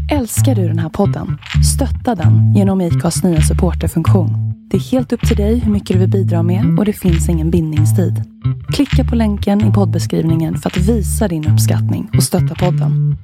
Älskar du den här podden? Stötta den genom IKAs nya supporterfunktion. Det är helt upp till dig hur mycket du vill bidra med och det finns ingen bindningstid. Klicka på länken i poddbeskrivningen för att visa din uppskattning och stötta podden.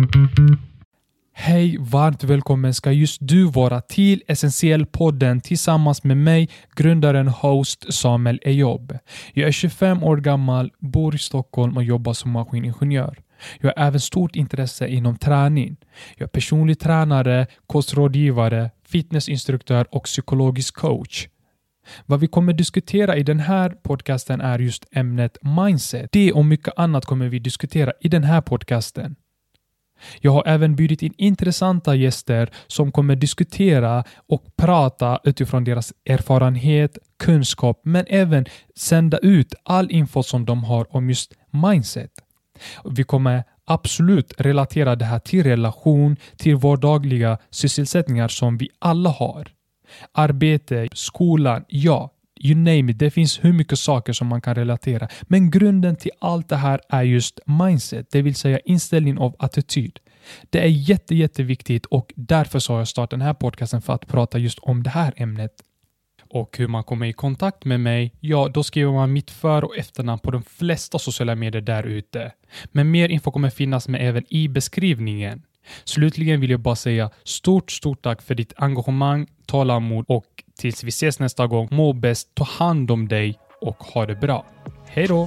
Hej, varmt välkommen ska just du vara till Essentiell-podden tillsammans med mig, grundaren host Samuel Ejob. Jag är 25 år gammal, bor i Stockholm och jobbar som maskiningenjör. Jag har även stort intresse inom träning. Jag är personlig tränare, kostrådgivare, fitnessinstruktör och psykologisk coach. Vad vi kommer diskutera i den här podcasten är just ämnet mindset. Det och mycket annat kommer vi diskutera i den här podcasten. Jag har även bjudit in intressanta gäster som kommer diskutera och prata utifrån deras erfarenhet, kunskap, men även sända ut all info som de har om just mindset. Vi kommer absolut relatera det här till relation, till vardagliga sysselsättningar som vi alla har. Arbete, skolan, ja, you name it. Det finns hur mycket saker som man kan relatera. Men grunden till allt det här är just mindset, det vill säga inställning av attityd. Det är jätteviktigt och därför så har jag startat den här podcasten för att prata just om det här ämnet. Och hur man kommer i kontakt med mig, ja då skriver man mitt för- och efternamn på de flesta sociala medier där ute. Men mer info kommer finnas med även i beskrivningen. Slutligen vill jag bara säga stort tack för ditt engagemang, tålamod och tills vi ses nästa gång, må bäst, ta hand om dig och ha det bra. Hej då!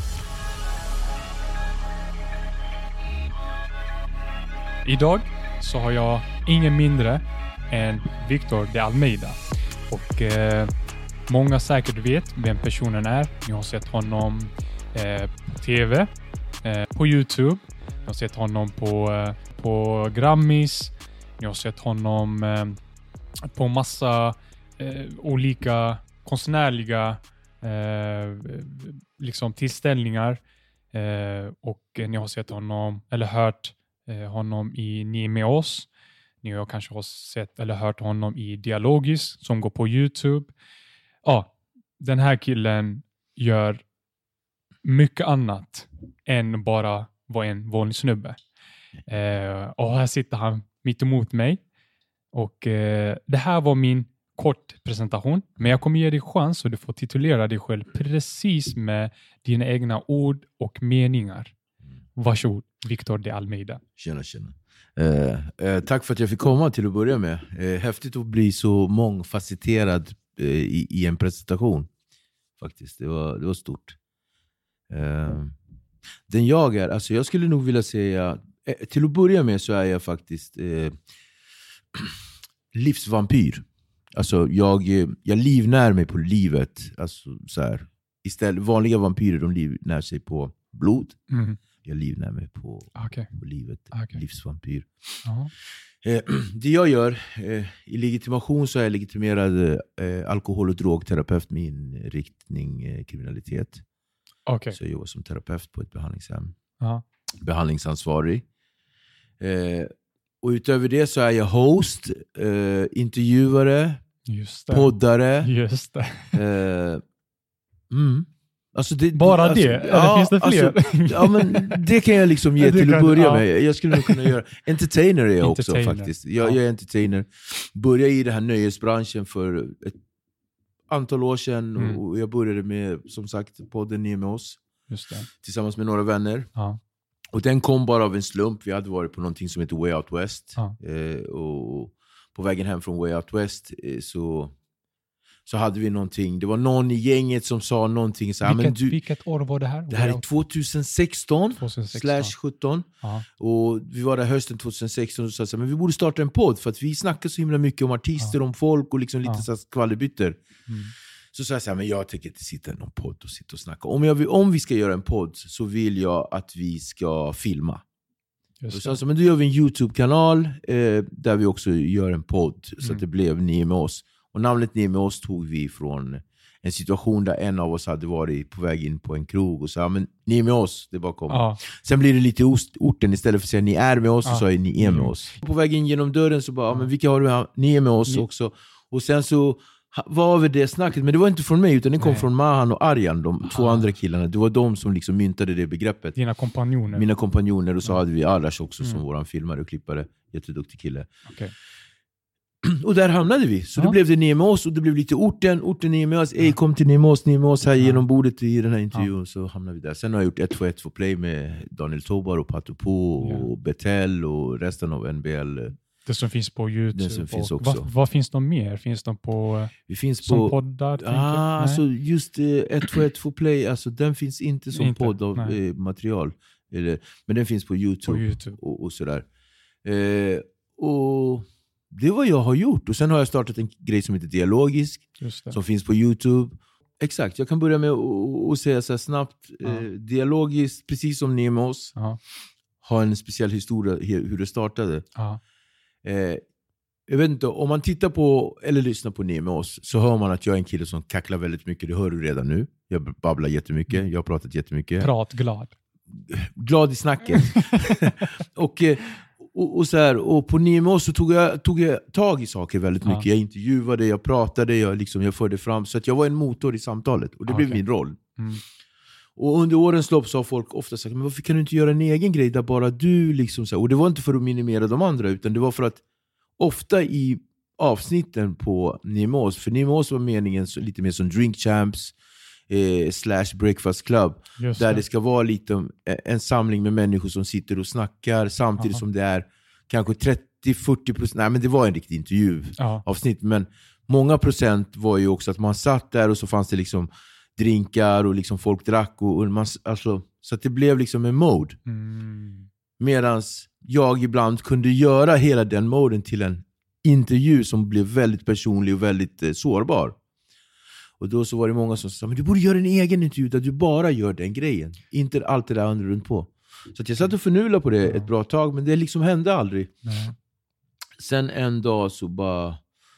Idag så har jag ingen mindre än Victor de Almeida. Och många säkert vet vem personen är. Ni har sett honom på tv, på YouTube. Ni har sett honom på Grammys. Ni har sett honom på massa olika konstnärliga liksom tillställningar. Och ni har sett honom eller hört honom i Ni med oss. Ni har kanske sett eller hört honom i Dialogis som går på YouTube. Ja, den här killen gör mycket annat än bara vara en vanlig snubbe. Och här sitter han mitt emot mig. Och det här var min kort presentation. Men jag kommer ge dig chans och du får titulera dig själv precis med dina egna ord och meningar. Varsågod, Victor de Almeida. Tjena. Tack för att jag fick komma till att börja med. Häftigt att bli så mångfacetterad i en presentation. Faktiskt, det var stort. Den jag är, alltså jag skulle nog vilja säga, till att börja med så är jag faktiskt livsvampyr. Alltså jag livnär mig på livet. Alltså så här, istället, vanliga vampyrer de livnär sig på blod. Mm. Jag livnär mig på livet. Livsvampyr. Det jag gör, i legitimation så är jag legitimerad alkohol- och drogterapeut med inriktning kriminalitet. Så jag jobbar som terapeut på ett behandlingshem. Behandlingsansvarig. Och utöver det så är jag host, intervjuare, poddare. Just det. Alltså bara det? Eller finns det fler? Alltså, men det kan jag liksom ge till att börja med. Jag skulle nog kunna göra. Entertainer är jag också faktiskt. Jag är entertainer. Började i den här nöjesbranschen för ett antal år sedan. Och jag började med, som sagt, podden Ni med oss. Just det. Tillsammans med några vänner. Och den kom bara av en slump. Vi hade varit på någonting som heter Way Out West. Och på vägen hem från Way Out West så hade vi någonting. Det var någon i gänget som sa någonting så här, vilket år var det här? Det här är 2016/17. Och vi var där hösten 2016 och sa så här, men vi borde starta en podd för att vi snackar så himla mycket om artister, om folk och liksom lite så här skvallerbytter. Så sa jag så här, men jag tänker inte sitta i någon podd och sitta och snacka. Om vi ska göra en podd så vill jag att vi ska filma. Så men då gör vi en YouTube-kanal där vi också gör en podd så att det blev Ni med oss. Och namnet Ni med oss tog vi från en situation där en av oss hade varit på väg in på en krog och sa, men ni är med oss, det bara kommer. Sen blir det lite orten, istället för att säga ni är med oss så sa jag ni är med oss. På väg in genom dörren så bara, men vilka har du här? Ni är med oss också. Och sen så var vi det snacket, men det var inte från mig utan det kom från Mahan och Arjan, de två andra killarna. Det var de som liksom myntade det begreppet. Dina kompanjoner. Mina kompanjoner, och så hade vi Arash också som våran filmare och klippare. Jätteduktig kille. Okay. Och där hamnade vi. Så då blev det Niemos och det blev lite orten Niemos. Kom till Niemos här genom bordet i den här intervjun. Så hamnade vi där. Sen har jag gjort 1-2-1 play med Daniel Tobar och Pato Po och Betel och resten av NBL. Det som finns på YouTube. Det som finns också. Vad finns det mer? Finns de på vi finns som på poddar? Alltså just 1-2-1 play, alltså den finns inte som podd av material. Men den finns på YouTube. Och sådär. Och det är vad jag har gjort. Och sen har jag startat en grej som heter Dialogisk. Som finns på YouTube. Exakt, jag kan börja med att säga så här snabbt. Dialogisk, precis som Niemos. Har en speciell historia hur det startade. Jag vet inte, om man tittar på eller lyssnar på Niemos så hör man att jag är en kille som kacklar väldigt mycket. Det hör du redan nu. Jag babblar jättemycket. Jag har pratat jättemycket. Pratglad. Glad i snacket. och så här, och på Niemos så tog jag tag i saker väldigt mycket. Jag intervjuade, jag pratade, jag förde fram. Så att jag var en motor i samtalet. Och det blev min roll. Och under årens lopp så har folk ofta sagt, men varför kan du inte göra en egen grej där bara du liksom så här. Och det var inte för att minimera de andra, utan det var för att ofta i avsnitten på Niemos, för Niemos var meningen lite mer som Drink Champs / Breakfast Club, där det ska vara lite en samling med människor som sitter och snackar samtidigt som det är kanske 30-40%, nej men det var en riktig intervjuavsnitt, men många procent var ju också att man satt där och så fanns det liksom drinkar och liksom folk drack och man, alltså, så att det blev liksom en mode. Medans jag ibland kunde göra hela den moden till en intervju som blev väldigt personlig och väldigt sårbar. Och då så var det många som sa, men du borde göra en egen intervju där du bara gör den grejen. Inte allt det där andra runt på. Så att jag satt och förnulade på det ett bra tag, men det liksom hände aldrig. Sen en dag så bara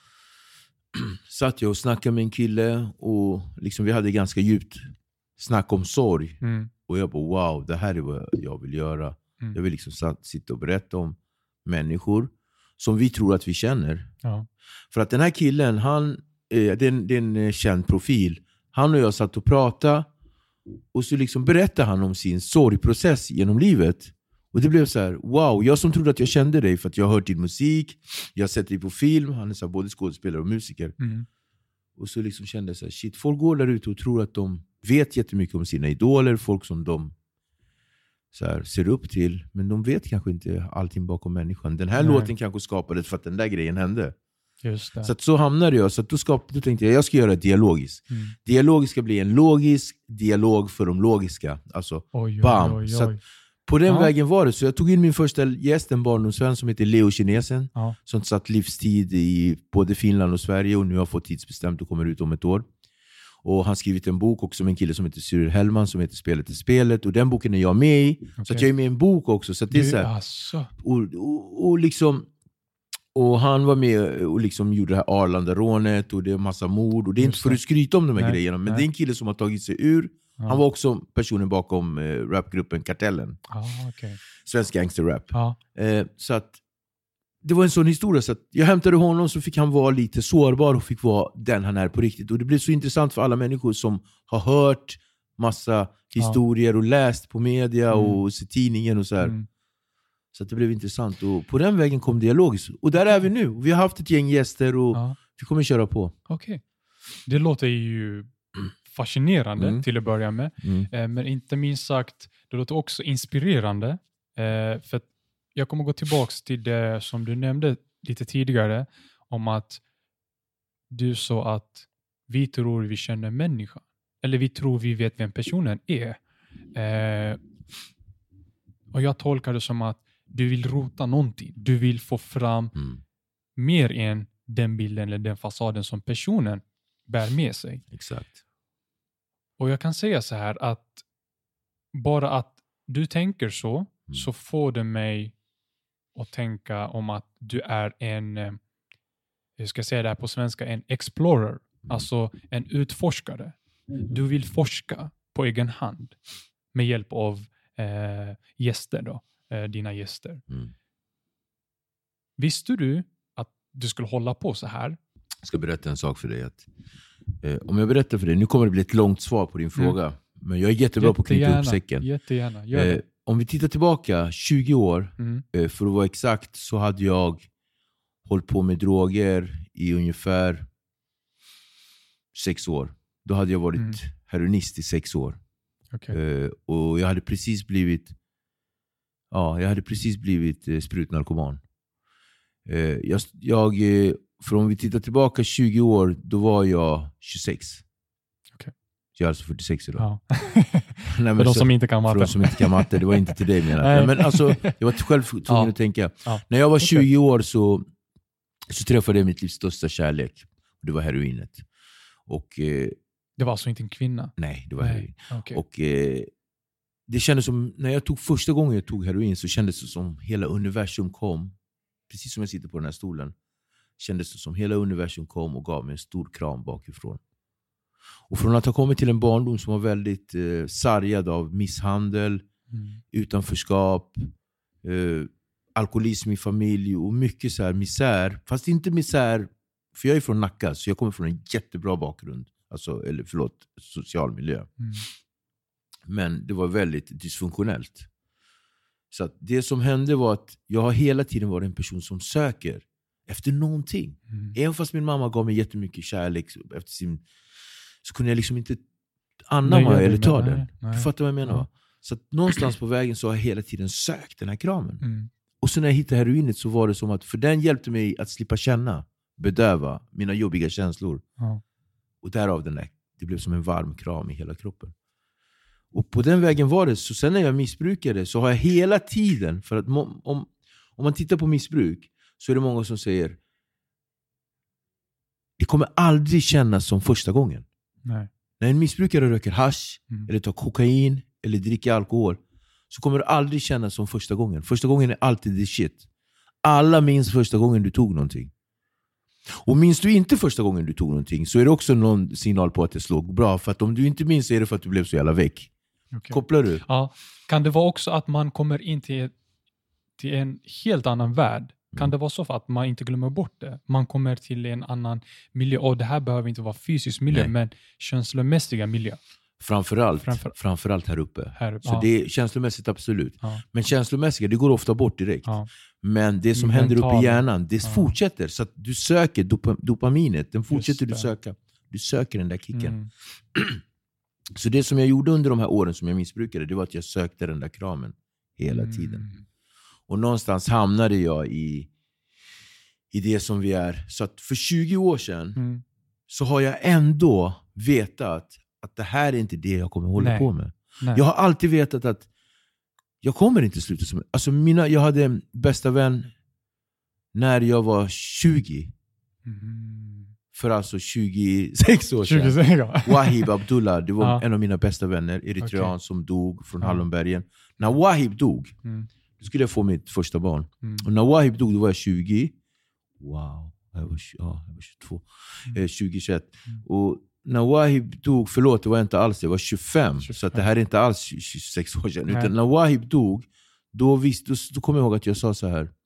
satt jag och snackade med en kille och liksom vi hade ganska djupt snack om sorg. Och jag bara, wow, det här är vad jag vill göra. Jag vill liksom sitta och berätta om människor som vi tror att vi känner. För att den här killen, det är en känd profil. Han och jag satt och pratade och så liksom berättade han om sin sorgprocess genom livet. Och det blev så här, wow, jag som trodde att jag kände dig för att jag har hört din musik, jag har sett dig på film, han är så här, både skådespelare och musiker. Och så liksom kände jag så här, shit, folk går där ute och tror att de vet jättemycket om sina idoler, folk som de så här, ser upp till, men de vet kanske inte allting bakom människan. Den här låten kanske skapades för att den där grejen hände. Just det. Så att så hamnade jag. Så att då tänkte jag ska göra dialogiskt. Dialogiskt ska bli en logisk dialog för de logiska. Alltså, bam. Så att på den vägen var det. Så jag tog in min första gäst, en barndomsvän som heter Leo Kinesen. Som satt livstid i både Finland och Sverige. Och nu har fått tidsbestämt och kommer ut om ett år. Och han har skrivit en bok också med en kille som heter Cyril Hellman som heter Spelet är spelet. Och den boken är jag med i. Så att jag är med i en bok också. Så att det är så här, och liksom... Och han var med och liksom gjorde det här Arlanda-rånet och det är massa mord. Och det är inte för att skryta om de här grejerna. Men det är en kille som har tagit sig ur. Han var också personen bakom rapgruppen Kartellen. Svensk gangsterrap. Så att det var en sån historia. Så att jag hämtade honom så fick han vara lite sårbar och fick vara den han är på riktigt. Och det blev så intressant för alla människor som har hört massa historier och läst på media och sett tidningen och så här. Så att det blev intressant. Och på den vägen kom Dialogiskt. Och där är vi nu. Vi har haft ett gäng gäster och vi kommer köra på. Okej. Det låter ju fascinerande till att börja med. Men inte minst sagt, det låter också inspirerande. För att jag kommer gå tillbaka till det som du nämnde lite tidigare. Om att du sa att vi tror vi känner människan. Eller vi tror vi vet vem personen är. Och jag tolkar det som att du vill rota någonting. Du vill få fram mer än den bilden eller den fasaden som personen bär med sig. Exakt. Och jag kan säga så här att bara att du tänker så får det mig att tänka om att du är en, jag ska säga det här på svenska, en explorer. Alltså en utforskare. Du vill forska på egen hand med hjälp av gäster då. Dina gäster. Visste du att du skulle hålla på så här? Jag ska berätta en sak för dig. Att, om jag berättar för dig, nu kommer det bli ett långt svar på din fråga. Men jag är jättebra på att knyta upp säcken. Jättegärna, gör det. om vi tittar tillbaka 20 år, för att vara exakt, så hade jag hållit på med droger i ungefär 6 år. Då hade jag varit heroinist i 6 år. Okay. Och jag hade precis blivit sprutnarkoman. För om vi tittar tillbaka 20 år, då var jag 26. Okay. Jag är alltså 46 idag. Ja. Nej, för de som inte kan matte. För de som inte kan matte, det var inte till dig menar. Men alltså, jag var själv tvungen att tänka. Ja. När jag var 20 år så träffade jag mitt livs största kärlek. Det var heroinet. Och, det var alltså inte en kvinna? Nej, det var heroin. Okay. Och det kändes som, när jag första gången jag tog heroin, så kändes det som hela universum kom. Precis som jag sitter på den här stolen. Kändes det som hela universum kom och gav mig en stor kram bakifrån. Och från att ha kommit till en barndom som var väldigt sargad av misshandel, utanförskap, alkoholism i familj och mycket så här misär. Fast inte misär, för jag är från Nacka, så jag kommer från en jättebra bakgrund. Alltså, social miljö. Men det var väldigt dysfunktionellt. Så att det som hände var att jag har hela tiden varit en person som söker efter någonting. Även fast min mamma gav mig jättemycket kärlek efter så kunde jag liksom inte anamma eller ta den. Du fattar vad jag menar? Ja. Så att någonstans på vägen så har jag hela tiden sökt den här kramen. Och så när jag hittade heroinet så var det som att, för den hjälpte mig att slippa bedöva mina jobbiga känslor. Ja. Och därav det blev som en varm kram i hela kroppen. Och på den vägen var det. Så sen när jag missbrukade så har jag hela tiden, för att om man tittar på missbruk, så är det många som säger det kommer aldrig kännas som första gången. Nej. När en missbrukare röker hasch eller tar kokain eller dricker alkohol, så kommer det aldrig kännas som första gången. Första gången är alltid the shit. Alla minns första gången du tog någonting. Och minns du inte första gången du tog någonting, så är det också någon signal på att det slog bra. För att om du inte minns, så är det för att du blev så jävla väck. Okay. Kopplar du? Ja. Kan det vara också att man kommer in till en helt annan värld? Kan det vara så för att man inte glömmer bort det? Man kommer till en annan miljö. Och det här behöver inte vara fysisk miljö, men känslomässiga miljö. Framförallt här uppe. Så det är känslomässigt absolut. Ja. Men känslomässiga, det går ofta bort direkt. Ja. Men det som händer uppe i hjärnan, det fortsätter. Så att du söker dopaminet. Den fortsätter du söka. Du söker den där kicken. Så det som jag gjorde under de här åren som jag missbrukade, det var att jag sökte den där kramen hela tiden. Och någonstans hamnade jag i det som vi är. Så att för 20 år sedan så har jag ändå vetat att det här är inte det jag kommer hålla på med. Nej. Jag har alltid vetat att jag kommer inte sluta som... Alltså jag hade en bästa vän när jag var 20. För alltså 26 år sedan. Wahib Abdullah, det var en av mina bästa vänner, eritrean som dog från Hallonbergen. När Wahib dog, då skulle jag få mitt första barn. Och när Wahib dog, då var jag 20. Wow, jag var 22. 2021. Och när Wahib dog, förlåt, det var inte alls, jag var 25. Så att det här är inte alls 26 år sedan. Utan när Wahib dog, då kommer jag ihåg att jag sa så här: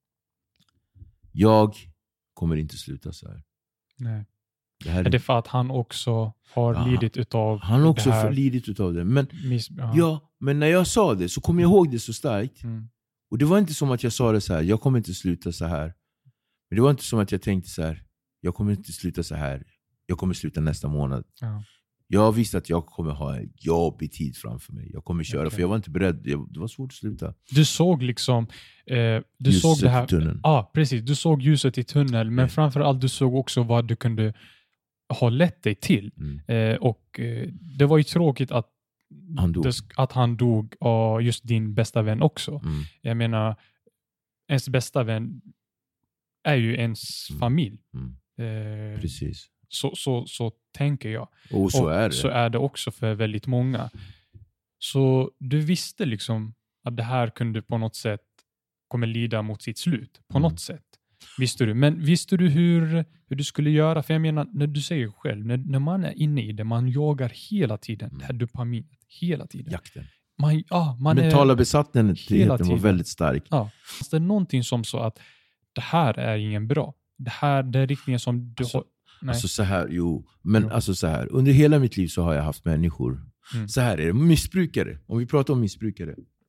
jag kommer inte sluta så här. Nej. Är det för att han också har lidit utav det här? Han har också lidit utav det. Men, men när jag sa det så kommer jag ihåg det så starkt. Och det var inte som att jag sa det så här: jag kommer inte sluta så här. Men det var inte som att jag tänkte så här: jag kommer inte sluta så här. Jag kommer sluta nästa månad. Jag visste att jag kommer ha en jobbig tid framför mig. Jag kommer köra, för jag var inte beredd. Det var svårt att sluta. Du såg liksom... du såg det här, i tunneln. Ja, precis. Du såg ljuset i tunneln. Men framförallt du såg också vad du kunde ha lett dig till. Och det var ju tråkigt att han dog. Och just din bästa vän också. Jag menar, ens bästa vän är ju ens familj. Precis. Så tänker jag. Och så är det. Så är det också för väldigt många. Så du visste liksom att det här kunde på något sätt kommer lida mot sitt slut. På något sätt. Visste du. Men visste du hur du skulle göra? För jag menar, när du säger själv, när man är inne i det, man jagar hela tiden. Det här dopaminet. Hela tiden. Jakten. Mentala besattheten var väldigt stark. Ja. Fast det är någonting som så att det här är ingen bra. Det är riktningen som du har... Alltså så här, alltså så här, under hela mitt liv så har jag haft människor. Så här är det, missbrukare. Om vi pratar om missbrukare.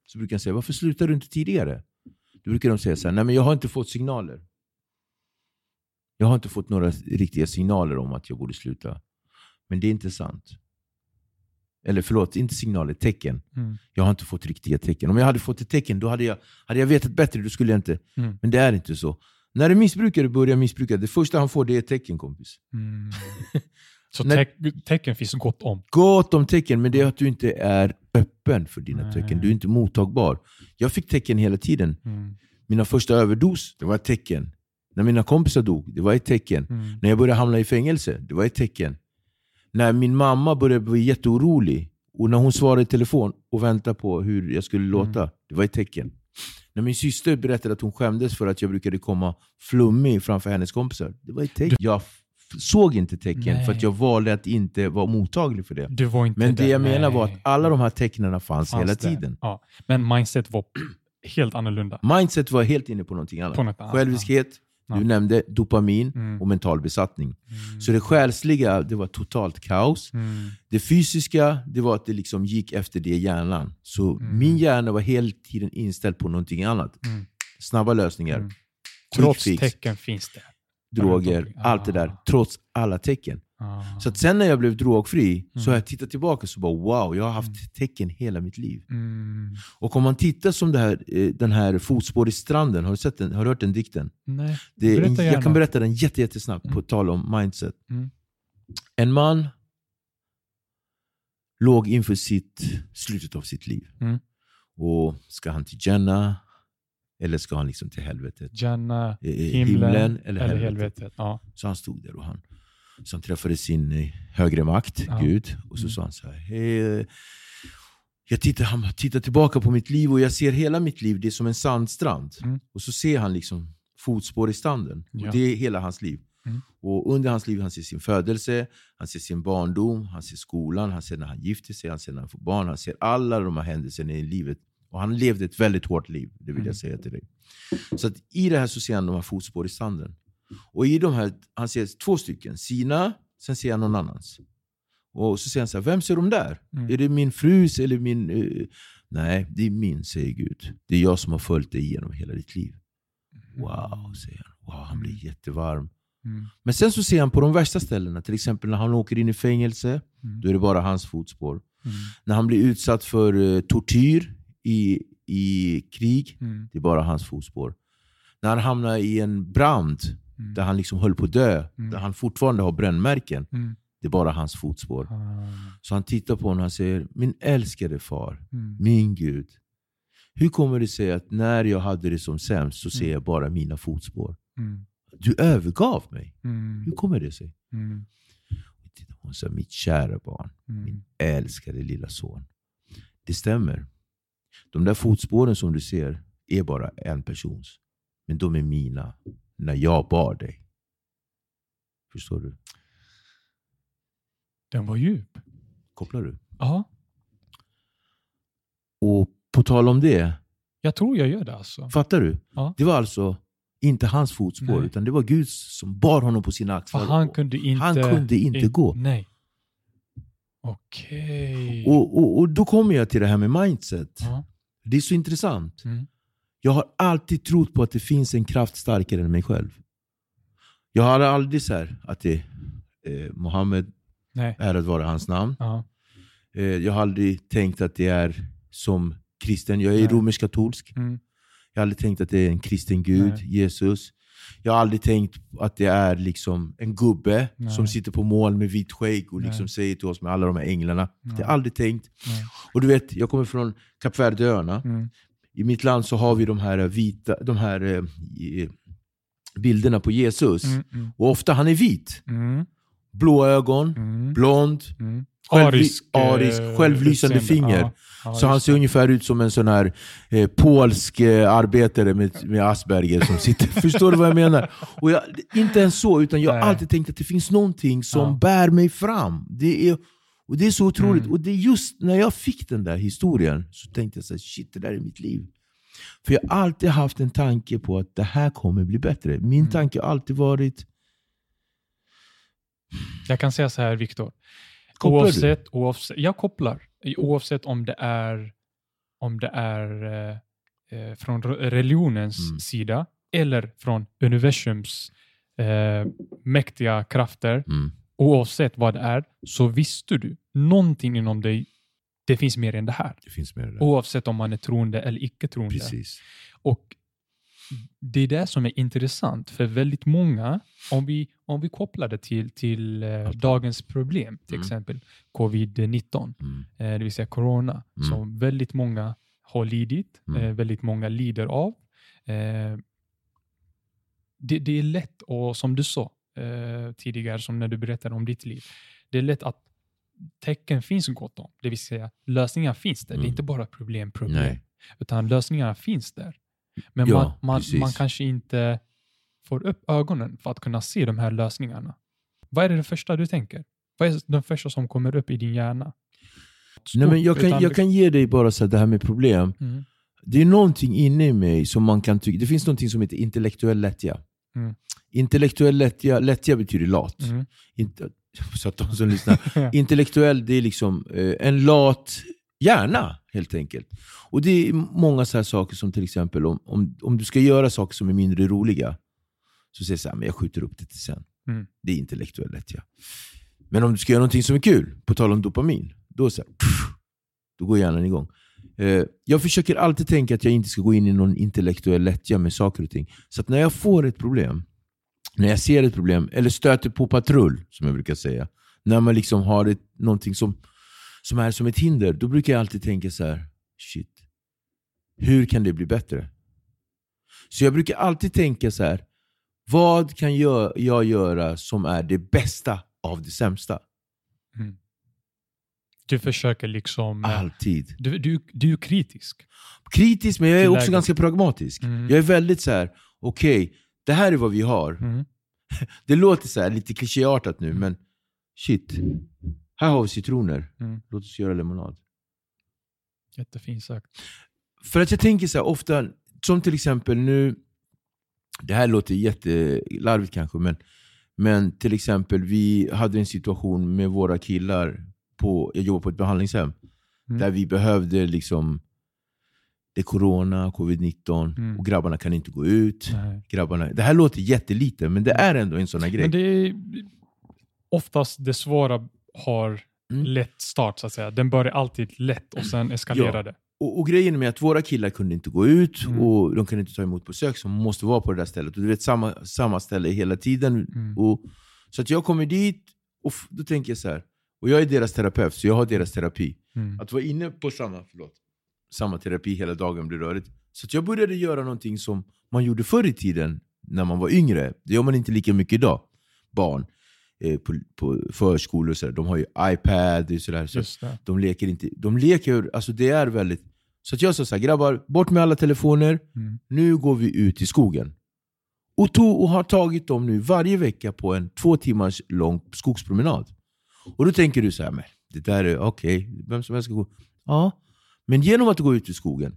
så brukar jag säga, varför slutar du inte tidigare? Då brukar de säga så här, nej men jag har inte fått signaler. Jag har inte fått några riktiga signaler om att jag borde sluta. Men det är inte sant. Eller förlåt, inte signaler, tecken. Jag har inte fått riktiga tecken. Om jag hade fått ett tecken, då hade jag vetat bättre, då skulle jag inte. Men det är inte så. När en missbrukare börjar missbruka, det första han får det är ett tecken, kompis. Så tecken finns gott om. Gott om tecken, men det är att du inte är öppen för dina tecken. Du är inte mottagbar. Jag fick tecken hela tiden. Mina första överdos, det var ett tecken. När mina kompisar dog, det var ett tecken. När jag började hamna i fängelse, det var ett tecken. När min mamma började bli jätteorolig och när hon svarade i telefon och väntade på hur jag skulle låta, det var ett tecken. När min syster berättade att hon skämdes för att jag brukade komma flummig framför hennes kompisar, det var ett tecken. Jag såg inte tecken för att jag valde att inte vara mottaglig för det. Men det jag menar var att alla de här tecknen fanns hela tiden. Ja. Men mindset var helt annorlunda. Mindset var helt inne på någonting annat. Själviskhet, du nämnde dopamin och mental besattning. Så det själsliga, det var totalt kaos. Det fysiska, det var att det liksom gick efter det hjärnan. Så min hjärna var hela tiden inställd på någonting annat. Snabba lösningar. Trots tecken finns det. Droger, allt det där. Trots alla tecken. Så att sen när jag blev drogfri så har jag tittat tillbaka så bara wow, jag har haft tecken hela mitt liv. Och om man tittar som den här Fotspår i stranden, har du sett den? Har du hört den dikten? Nej. Jag kan berätta den jättesnabbt på tal om mindset. En man låg inför slutet av sitt liv. Och ska han till Jannah eller ska han liksom till helvetet? Jannah, himlen eller helvetet. Ja. Så han stod där och han träffade sin högre makt, Gud. Och så sa han så här, hej, jag tittar tillbaka på mitt liv och jag ser hela mitt liv, det är som en sandstrand. Och så ser han liksom fotspår i stranden. Och det är hela hans liv. Och under hans liv, han ser sin födelse, han ser sin barndom, han ser skolan, han ser när han gifter sig, han ser när han får barn, han ser alla de här händelserna i livet. Och han levde ett väldigt hårt liv, det vill jag säga till dig. Så att i det här så ser han de här fotspår i stranden. Och i de här, han ser 2 stycken, sina, sen ser han någon annans. Och så säger han så här, vem ser de där? Är det min frus eller min... Nej, det är min, säger Gud. Det är jag som har följt dig genom hela ditt liv. Wow, säger han. Wow, han blir jättevarm. Men sen så ser han på de värsta ställena, till exempel när han åker in i fängelse, då är det bara hans fotspår. När han blir utsatt för tortyr i krig, det är bara hans fotspår. När han hamnar i en brand där han liksom höll på att dö, där han fortfarande har brännmärken, det är bara hans fotspår. Så han tittar på honom och han säger, min älskade far, min Gud, hur kommer det sig att när jag hade det som sämst så ser jag bara mina fotspår? Du övergav mig. Hur kommer det sig? Hon sa, mitt kära barn, min älskade lilla son. Det stämmer. De där fotspåren som du ser är bara en persons. Men de är mina när jag bar dig. Förstår du? Den var djup. Kopplar du? Ja. Och på tal om det. Jag tror jag gör det alltså. Fattar du? Ja. Det var alltså inte hans fotspår, utan det var Gud som bar honom på sina axlar. För han kunde inte gå. Nej. Okej. Och då kommer jag till det här med mindset. Ja. Det är så intressant. Jag har alltid trott på att det finns en kraft starkare än mig själv. Jag har aldrig så här att det Mohammed är att vara hans namn. Ja. Jag har aldrig tänkt att det är som kristen. Jag är romersk-katolsk. Jag har aldrig tänkt att det är en kristen Gud, Jesus. Jag har aldrig tänkt att det är liksom en gubbe som sitter på mål med vit skägg och liksom säger till oss med alla de här änglarna. Det har jag aldrig tänkt. Och du vet, jag kommer från Kap Verde-öarna. I mitt land så har vi de här bilderna på Jesus. Och ofta han är vit. Blå ögon, blond, arisk, självlysande finger. Så han ser ungefär ut som en sån här polsk arbetare med Asperger som sitter. Förstår du vad jag menar? Och inte ens så, utan jag har alltid tänkt att det finns någonting som bär mig fram. Det är så otroligt. Och det är just när jag fick den där historien så tänkte jag så här, shit, det där är mitt liv. För jag har alltid haft en tanke på att det här kommer bli bättre. Min tanke har alltid varit... Jag kan säga så här, Viktor. Jag kopplar. Oavsett om om det är från religionens sida eller från universums mäktiga krafter, oavsett vad det är, så visste du någonting inom dig. Det finns mer än det här. Det finns mer än det. Oavsett om man är troende eller icke troende. Precis. Och det är det som är intressant för väldigt många, om vi kopplar det till dagens problem, till exempel covid-19, det vill säga corona, som väldigt många har lidit, väldigt många lider av. Det är lätt, och som du sa tidigare, som när du berättade om ditt liv, det är lätt att tecken finns gott om, det vill säga lösningar finns där. Det är inte bara problem, utan lösningarna finns där. Men man kanske inte får upp ögonen för att kunna se de här lösningarna. Vad är det första du tänker? Vad är det första som kommer upp i din hjärna? Nej, men jag kan ge dig bara så här, det här med problem. Det är någonting inne i mig som man kan tycka. Det finns någonting som heter intellektuell lättja. Intellektuell lättja betyder lat. Så att de som lyssnar. Intellektuell, det är liksom en lat hjärna helt enkelt. Och det är många så här saker som till exempel om du ska göra saker som är mindre roliga, så säger jag så här, men jag skjuter upp det till sen. Det är intellektuell lättja. Men om du ska göra någonting som är kul, på tal om dopamin, då så här, då går hjärnan igång. Jag försöker alltid tänka att jag inte ska gå in i någon intellektuell lättja med saker och ting. Så att när jag får ett problem, när jag ser ett problem eller stöter på patrull, som jag brukar säga, när man liksom har någonting som är som ett hinder, då brukar jag alltid tänka så här: shit, hur kan det bli bättre? Så jag brukar alltid tänka så här: vad kan jag göra som är det bästa av det sämsta? Du försöker liksom... Alltid. Du är kritisk. Kritisk, men jag är också ganska pragmatisk. Jag är väldigt så här: okej, det här är vad vi har. Det låter så här lite klichéartat nu, men shit, här har vi citroner. Låt oss göra lemonad. Jättefint sagt. För att jag tänker så här ofta, som till exempel nu, det här låter jättelarvigt kanske, men till exempel vi hade en situation med våra killar jag jobbar på ett behandlingshem där vi behövde liksom, det är corona, covid-19 och grabbarna kan inte gå ut. Det här låter jättelite, men det är ändå en sån här grej. Men det är oftast det svåra har lätt start, så att säga. Den börjar alltid lätt och sen eskalerar det. Och grejen med att våra killar kunde inte gå ut och de kunde inte ta emot besök, som måste vara på det där stället. Och du vet, samma ställe hela tiden. Så att jag kommer dit och då tänker jag så här, och jag är deras terapeut, så jag har deras terapi. Att vara inne på samma terapi hela dagen blir rörigt. Så att jag började göra någonting som man gjorde förr i tiden när man var yngre. Det gör man inte lika mycket idag. Barn på förskolor och så där, de har ju iPad och sådär, så de leker inte. De leker, alltså det är väldigt. Så att jag sa så här: grabbar, bort med alla telefoner. Nu går vi ut i skogen. Och har tagit dem nu varje vecka på en 2 timmars lång skogspromenad. Och då tänker du så här: men det där är okej, vem som helst ska gå. Ja, men genom att gå ut i skogen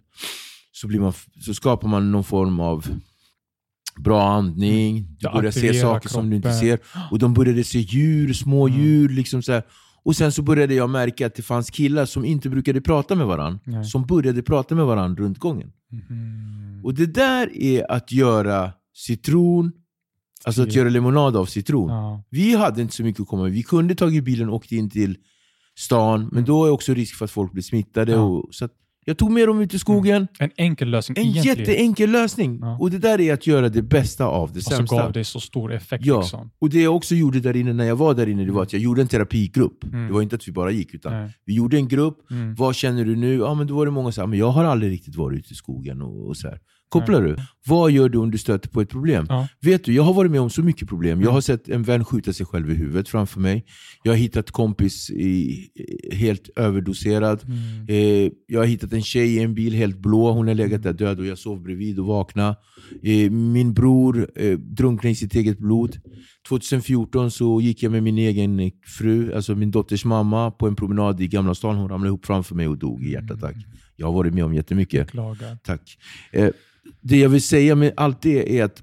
så skapar man någon form av bra andning. Du börjar se saker som du inte ser. Och de började se små djur liksom så här. Och sen så började jag märka att det fanns killar som inte brukade prata med varandra, som började prata med varandra runt gången. Och det där är att göra citron, alltså att göra lemonad av citron. Vi hade inte så mycket att komma med. Vi kunde tagit bilen och åkt in till stan, men då är också risk för att folk blir smittade. Så att jag tog med dem ut i skogen. En enkel lösning. En jätteenkel lösning. Och det där är att göra det bästa av det sämsta. Och så gav det så stor effekt. Liksom. Och det jag också gjorde där inne när jag var där inne, det var att jag gjorde en terapigrupp. Det var inte att vi bara gick, utan vi gjorde en grupp. Vad känner du nu? Ja, men då var det många som sa, men jag har aldrig riktigt varit ute i skogen och så här. Kopplar du? Vad gör du om du stöter på ett problem? Vet du, jag har varit med om så mycket problem. Jag har sett en vän skjuta sig själv i huvudet framför mig. Jag har hittat kompis helt överdoserad. Jag har hittat en tjej i en bil helt blå. Hon har legat där död och jag sov bredvid och vaknade. Min bror drunknade i sitt eget blod. 2014 så gick jag med min egen fru, alltså min dotters mamma, på en promenad i Gamla stan. Hon ramlade ihop framför mig och dog i hjärtattack. Jag har varit med om jättemycket. Klagar. Tack. Det jag vill säga med allt det är att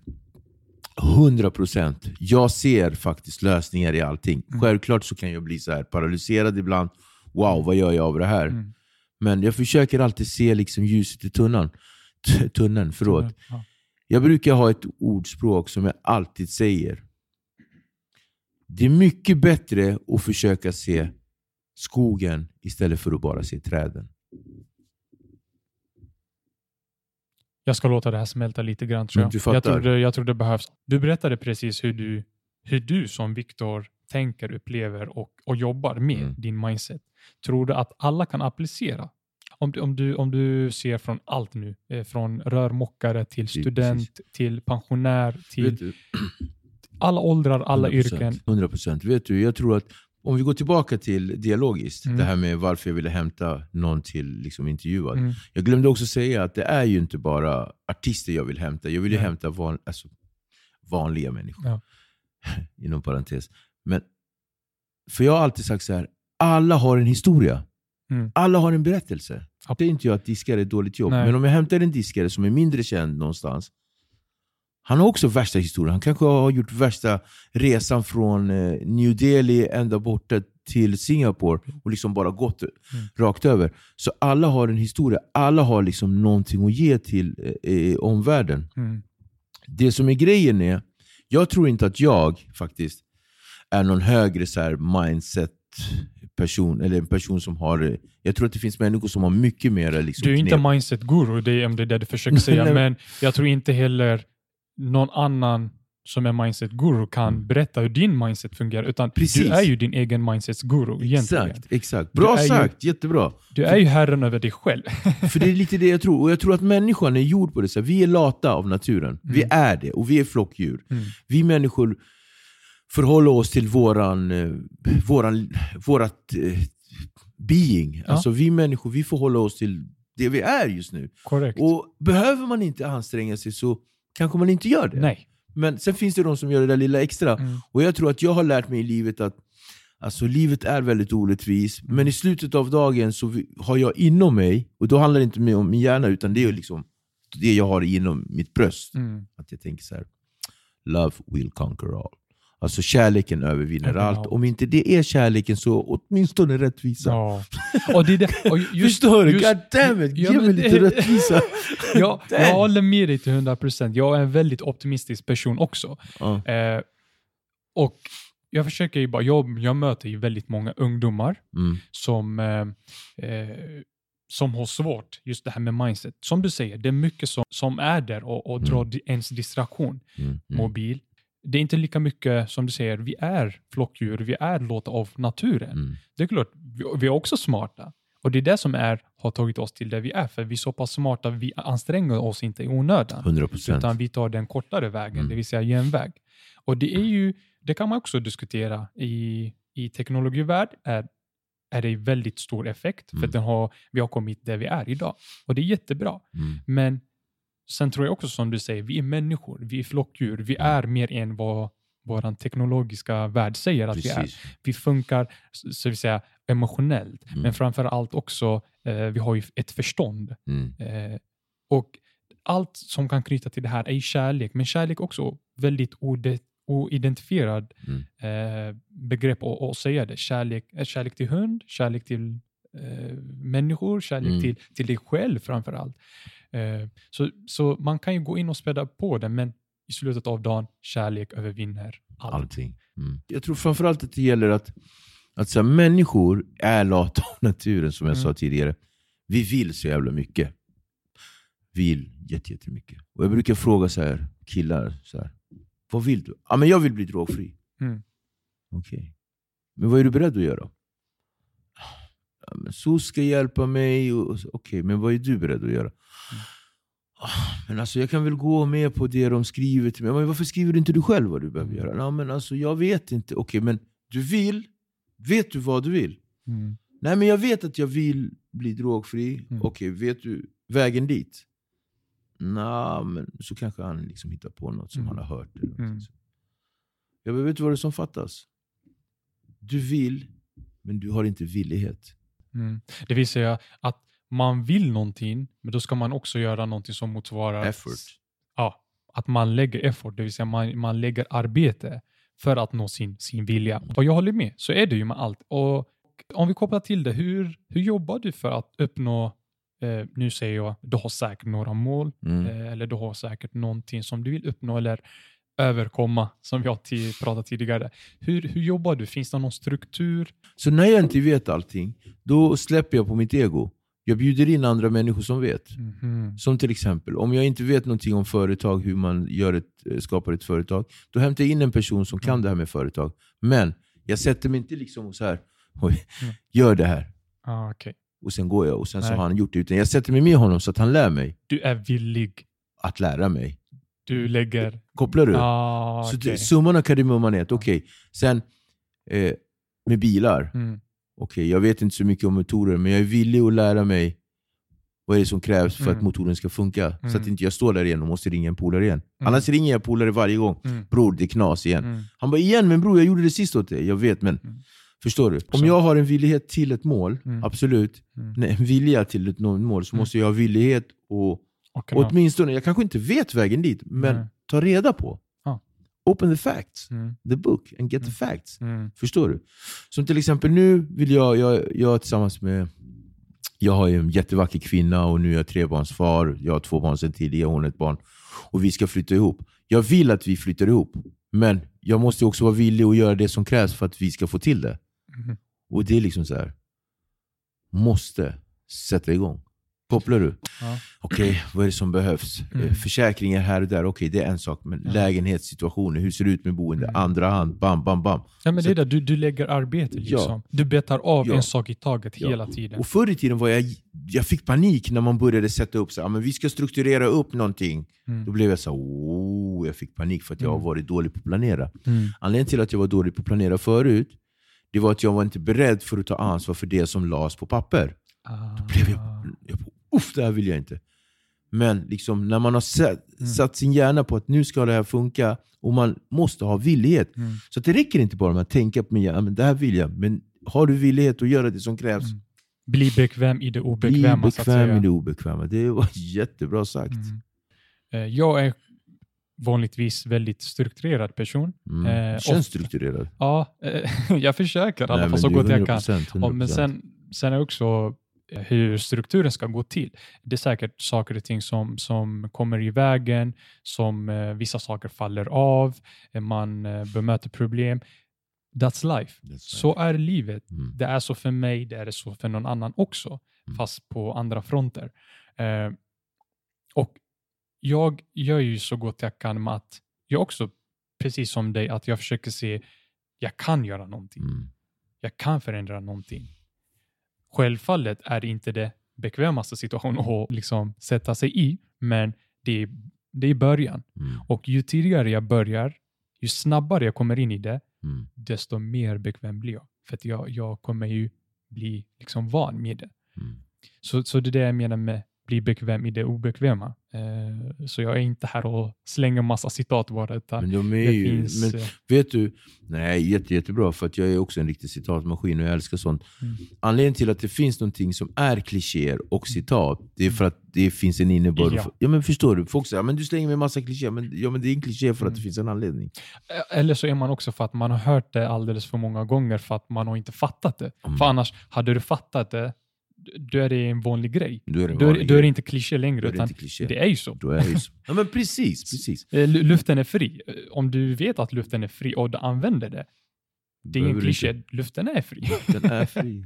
100%, jag ser faktiskt lösningar i allting. Självklart så kan jag bli så här paralyserad ibland. Wow, vad gör jag av det här? Men jag försöker alltid se liksom ljuset i tunneln, förlåt. Ja. Jag brukar ha ett ordspråk som jag alltid säger. Det är mycket bättre att försöka se skogen istället för att bara se träden. Jag ska låta det här smälta lite grann, tror jag. Jag tror det behövs. Du berättade precis hur du som Viktor tänker, upplever och jobbar med din mindset. Tror du att alla kan applicera? Om du ser från allt nu, från rörmokare till student, till pensionär, till alla åldrar, alla 100%, yrken. 100%. Vet du, jag tror att om vi går tillbaka till dialogiskt, det här med varför jag ville hämta någon till liksom intervjuad. Jag glömde också säga att det är ju inte bara artister jag vill hämta. Jag vill ju hämta vanliga människor. Ja. Inom parentes. Men för jag har alltid sagt så här, alla har en historia. Alla har en berättelse. Det är inte jag att diskare är ett dåligt jobb. Nej. Men om jag hämtar en diskare som är mindre känd någonstans, han har också värsta historien. Han kanske har gjort värsta resan från New Delhi ända borta till Singapore och liksom bara gått rakt över. Så alla har en historia. Alla har liksom någonting att ge till omvärlden. Det som är grejen är, jag tror inte att jag faktiskt är någon högre så här mindset person, eller en person som har, jag tror att det finns människor som har mycket mer liksom, du är inte mindset guru, det är det du försöker säga. Men jag tror inte heller någon annan som är mindset guru kan berätta hur din mindset fungerar, utan du är ju din egen mindset guru egentligen. Exakt. Bra sagt, jättebra. Du är ju herren över dig själv. För det är lite det jag tror. Och jag tror att människan är gjord på det så här. Vi är lata av naturen. Vi är det, och vi är flockdjur. Vi människor förhåller oss till vårat being. Alltså vi människor, vi förhåller oss till det vi är just nu. Korrekt. Och behöver man inte anstränga sig så kanske man inte gör det. Nej. Men sen finns det de som gör det där lilla extra. Och jag tror att jag har lärt mig i livet att alltså, livet är väldigt orättvis. Men i slutet av dagen så har jag inom mig, och då handlar det inte om min hjärna, utan det är liksom det jag har inom mitt bröst. Att jag tänker så här: love will conquer all. Alltså kärleken övervinner allt. Om inte det är kärleken så åtminstone rättvisa. Ja. Och det och förstår du? God damn it, ge mig lite rättvisa. Jag håller med dig till 100%. Jag är en väldigt optimistisk person också. Och jag försöker ju bara, jag möter ju väldigt unga ungdomar som har svårt just det här med mindset. Som du säger, det är mycket som är där och drar ens distraktion. Mobil. Det är inte lika mycket som du säger, vi är flockdjur, vi är låta av naturen. Det är klart, vi är också smarta. Och det är det som har tagit oss till där vi är. För vi är så pass smarta, vi anstränger oss inte i onödan. 100%. Utan vi tar den kortare vägen, det vill säga genväg. Och det kan man också diskutera i teknologivärld. Är det väldigt stor effekt. För vi har kommit där vi är idag. Och det är jättebra. Men sen tror jag också, som du säger, vi är människor, vi är flockdjur, vi är mer än vad vår teknologiska värld säger att vi är. Vi funkar, så vi säga, emotionellt, men framför allt också, vi har ju ett förstånd. Och allt som kan knyta till det här är kärlek, men kärlek också väldigt oidentifierad begrepp att säga det. Kärlek till hund, kärlek till människor, kärlek till dig själv framför allt. Så man kan ju gå in och späda på det, men i slutet av dagen, kärlek övervinner allting. Jag tror framförallt att det gäller att så här, människor är lata av naturen, som jag sa tidigare. Vi vill så jävla mycket. Vi vill jättemycket. Och jag brukar fråga så här, killar så här: vad vill du? Ja, men jag vill bli drogfri. Okej. Men vad är du beredd att göra? Ja, men så ska hjälpa mig. Okej, men vad är du beredd att göra? Men alltså jag kan väl gå med på det de skriver till mig. Men varför skriver inte du själv vad du behöver göra? Ja, men alltså jag vet inte. Okej, men du vill. Vet du vad du vill? Nej, men jag vet att jag vill bli drogfri. Okej, vet du vägen dit? Nej, men så kanske han liksom hittar på något som han har hört. Eller jag vet vad det är som fattas. Du vill, men du har inte villighet. Det vill säga att man vill någonting, men då ska man också göra någonting som motsvarar effort. Ja, att man lägger effort, det vill säga man lägger arbete för att nå sin vilja. Och jag håller med, så är det ju med allt. Och Och om vi kopplar till det, hur jobbar du för att uppnå, nu säger jag, du har säkert några mål, eller du har säkert någonting som du vill uppnå eller överkomma, som jag pratade tidigare. Hur jobbar du? Finns det någon struktur? Så när jag inte vet allting, då släpper jag på mitt ego. Jag bjuder in andra människor som vet. Som till exempel, om jag inte vet någonting om företag, hur man skapar ett företag, då hämtar jag in en person som kan det här med företag. Men jag sätter mig inte liksom så här, gör det här. Okay. Och sen går jag, och sen så har han gjort det. Utan jag sätter mig med honom så att han lär mig. Du är villig att lära mig. Du lägger... Kopplar du? Okay. Så summan av kardemumman är att okej. Sen med bilar. Okej, jag vet inte så mycket om motorer, men jag är villig att lära mig vad är det som krävs för att motorn ska funka. Så att inte jag står där igen och måste ringa en polare igen. Annars ringer jag polare varje gång. Bror, det är knas igen. Han bara, igen, men bror, jag gjorde det sist åt dig. Jag vet, men förstår du? Om jag har en villighet till ett mål, absolut. Nej, en vilja till ett mål, så måste jag ha villighet och åtminstone, jag kanske inte vet vägen dit, men ta reda på. Open the facts, the book, and get the facts. Förstår du? Som till exempel nu vill jag tillsammans med, jag har ju en jättevacker kvinna och nu är jag 3-barnsfar. Jag har 2 barn sedan tidigare, hon är ett barn. Och vi ska flytta ihop. Jag vill att vi flyttar ihop. Men jag måste också vara villig att göra det som krävs för att vi ska få till det. Och det är liksom så här. Måste sätta igång. Kopplar du? Okej, vad är det som behövs? Försäkringar här och där, okej, det är en sak. Men lägenhetssituationer, hur ser det ut med boende? Andra hand, bam, bam, bam. Ja, men det är där, du lägger arbete liksom. Du betar av en sak i taget hela tiden. Och förr i tiden var jag fick panik när man började sätta upp så, men vi ska strukturera upp någonting. Då blev jag så jag fick panik för att jag har varit dålig på att planera. Anledningen till att jag var dålig på att planera förut, det var att jag var inte beredd för att ta ansvar för det som lades på papper. Då blev jag det här vill jag inte. Men liksom, när man har satt sin hjärna på att nu ska det här funka, och man måste ha villighet. Så att det räcker inte bara med att tänka på min hjärna, men det här vill jag. Men har du villighet att göra det som krävs? Bli bekväm i det obekväma. Bli bekväm i det obekväma. Det var jättebra sagt. Jag är vanligtvis väldigt strukturerad person. Känns strukturerad? Ja, jag försöker i alla fall så gott jag kan. 100%. Men sen är också hur strukturen ska gå till. Det är säkert saker och ting som kommer i vägen, som vissa saker faller av, man bemöter problem. That's life. Så är livet. Det är så för mig, det är så för någon annan också, fast på andra fronter. Och jag gör ju så gott jag kan med att jag också, precis som dig, att jag försöker se, jag kan göra någonting. Jag kan förändra någonting. Självfallet är det inte det bekvämaste situationen att liksom sätta sig i, men det är början. Och ju tidigare jag börjar, ju snabbare jag kommer in i det, desto mer bekväm blir jag. För att jag kommer ju bli liksom van med det. Så det är det jag menar med bli bekväm i det obekväma. Så jag är inte här och slänger massa citat bara. Utan men vet du, nej, jättebra, för att jag är också en riktig citatmaskin och jag älskar sånt. Anledningen till att det finns någonting som är klichéer och citat, det är för att det finns en innebörd. Ja, men förstår du? Folk säger, men du slänger med massa klichéer, men det är en kliché för att det finns en anledning. Eller så är man också för att man har hört det alldeles för många gånger för att man har inte fattat det. För annars, hade du fattat det, då är det en vanlig grej. Då är det inte kliché längre, utan det är ju så. Ja, men precis. Luften är fri. Om du vet att luften är fri och du använder det, det är ingen kliché. Luften är fri. Den är fri.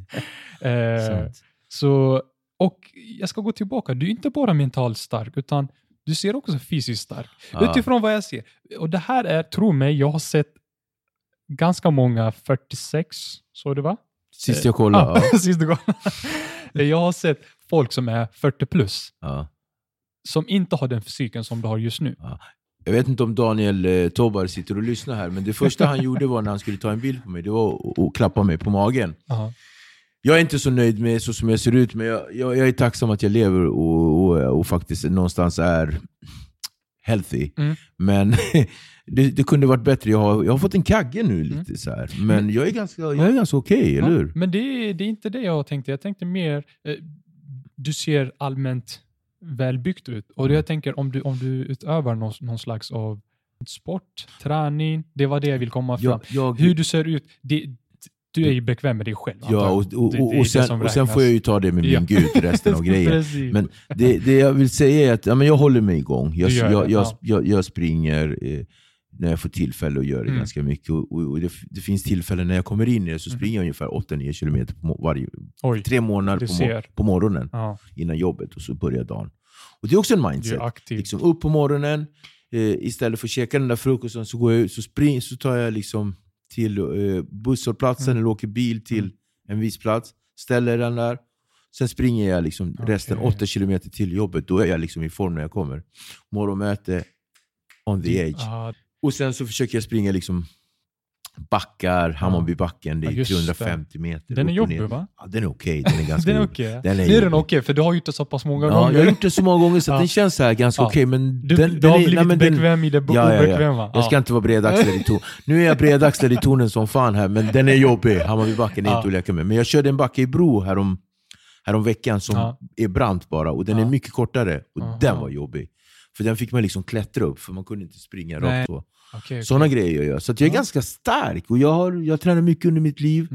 Så, och jag ska gå tillbaka. Du är inte bara mentalt stark, utan du ser också fysiskt stark. Utifrån vad jag ser. Och det här är, tro mig, jag har sett ganska många 46, så det var? Sist jag kollade. Sist jag kollade. Jag har sett folk som är 40 plus. Som inte har den fysiken som du har just nu. Jag vet inte om Daniel Tobar sitter och lyssnar här, men det första han gjorde var när han skulle ta en bild på mig, det var att klappa mig på magen. Jag är inte så nöjd med så som jag ser ut, men jag är tacksam att jag lever och faktiskt någonstans är healthy. Men det kunde varit bättre. Jag har fått en kagge nu lite så här. Men jag är ganska okej, eller hur? Men det är inte det jag tänkte. Jag tänkte mer, du ser allmänt välbyggt ut. Och jag tänker om du utövar någon slags av sport, träning, det var det jag vill komma fram. Hur du ser ut, du är ju bekväm med dig själv. Ja, och sen får jag ju ta det med min Gud resten av grejen. Men det jag vill säga är att jag håller mig igång. Jag springer när jag får tillfälle att göra det ganska mycket. Och det finns tillfällen när jag kommer in i det så springer jag ungefär 8-9 kilometer varje 3 månader på morgonen innan jobbet, och så börjar dagen. Och det är också en mindset. Liksom upp på morgonen, istället för att käka den där frukosten så går jag ut, så tar jag liksom till busshållplatsen eller åker bil till en viss plats, ställer den där, sen springer jag liksom resten 8 kilometer till jobbet. Då är jag liksom i form när jag kommer. Morgonmöte on the edge. Och sen så försöker jag springa liksom backar, Hammarbybacken, det är 350 meter. Den är jobbig, va? Ja, den är okej. Den är ganska den är okej. Den är okej, för du har gjort det så pass många gånger. Jag har gjort det så många gånger så att den känns så här ganska okej. Men du har blivit bekväm i det obekväma. Jag ska inte vara bredaxlad i ton. Nu är jag bredaxlad i tonen som fan här, men den är jobbig. Hammarbybacken är inte att leka med. Men jag körde en backe i Bro härom veckan som är brant bara. Och den är mycket kortare. Och den var jobbig. För den fick man liksom klättra upp, för man kunde inte springa rakt så. Okay. Sådana grejer gör jag. Så att jag är ganska stark. Och jag tränar mycket under mitt liv.